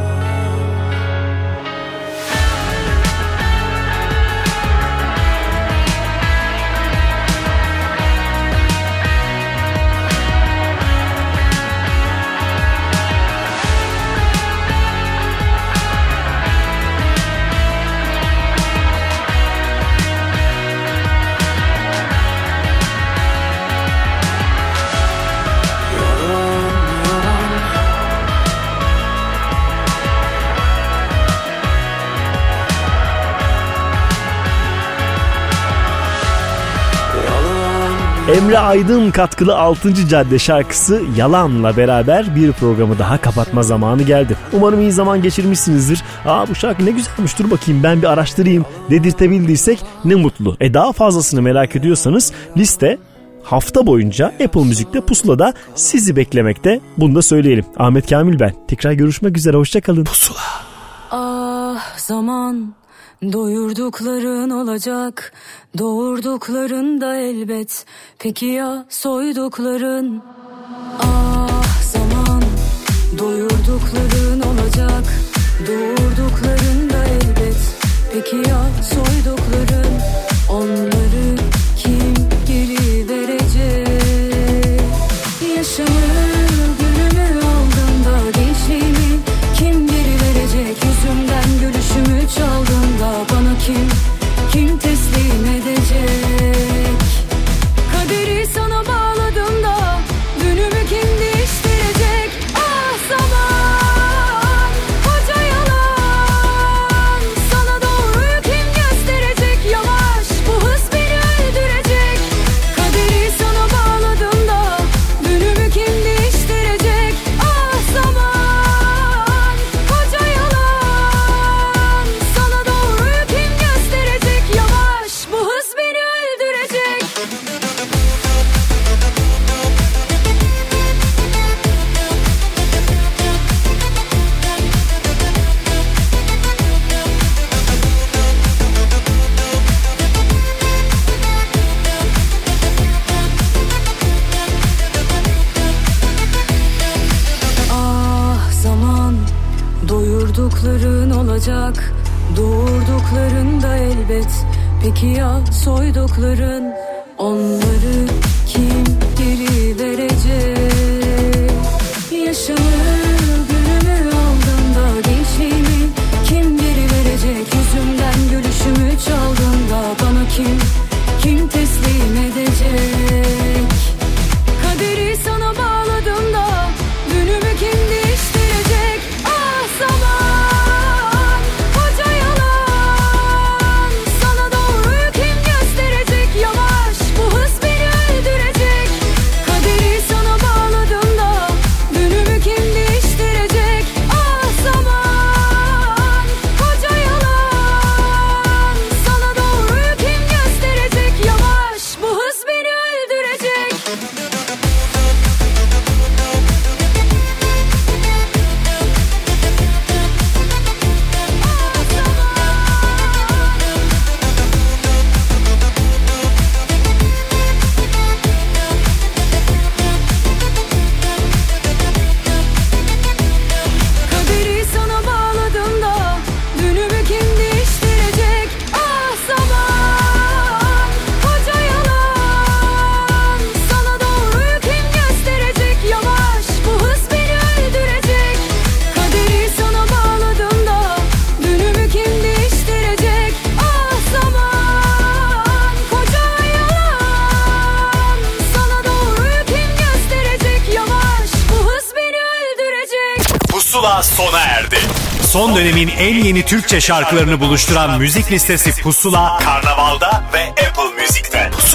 Emre Aydın katkılı altıncı Cadde şarkısı Yalan'la beraber bir programı daha kapatma zamanı geldi. Umarım iyi zaman geçirmişsinizdir. Aa bu şarkı ne güzelmiş, dur bakayım ben bir araştırayım dedirtebildiysek ne mutlu. E daha fazlasını merak ediyorsanız liste hafta boyunca Apple Müzik'te Pusula'da sizi beklemekte. Bunu da söyleyelim. Ahmet Kamil ben. Tekrar görüşmek üzere. Hoşçakalın. Pusula. Ah zaman, doyurdukların olacak, doğurdukların da elbet. Peki ya soydukların? Ah zaman, doyurdukların olacak, doğurdukların da elbet. Peki ya soydukların? Onları kim geliverecek? Yaşamı, gülümü aldığında gençliğimi kim geri verecek? Yüzümden gülüşümü çaldığında bana kim, kim teslim edecek? Kaderi sana bağladığımda Soydukların olacak, doğurdukların da elbet. Peki ya soydukların, onları kim geri verecek? Yaşamı, günümü aldığında gençliğimi kim geri verecek? Yüzümden gülüşümü çaldığında bana kim, kim teslim edecek? Kaderi sana bağladığımda dünümü kim değiştirecek? Ah zaman, koca yalan. Sana doğruyu kim gösterecek? Yavaş, bu hız beni öldürecek. Kaderi sana bağladığımda dünümü kim değiştirecek? Ah zaman, koca yalan. Sana doğruyu kim gösterecek? Yavaş, bu hız beni öldürecek. Kaderi sana bağladığımda dünümü kim değiştirecek? Ah zaman, koca yalan. Sana doğruyu kim gösterecek? Yavaş, bu hız beni öldürecek. Kaderi sana bağladığımda dünümü kim değiştirecek? Ah zaman, koca yalan. Sana doğruyu kim gösterecek? Yavaş, bu hız beni öldürecek. Pusula sona erdi. Son dönemin en yeni Türkçe şarkılarını buluşturan müzik listesi Pusula, Karnaval'da ve Apple Müzik'te.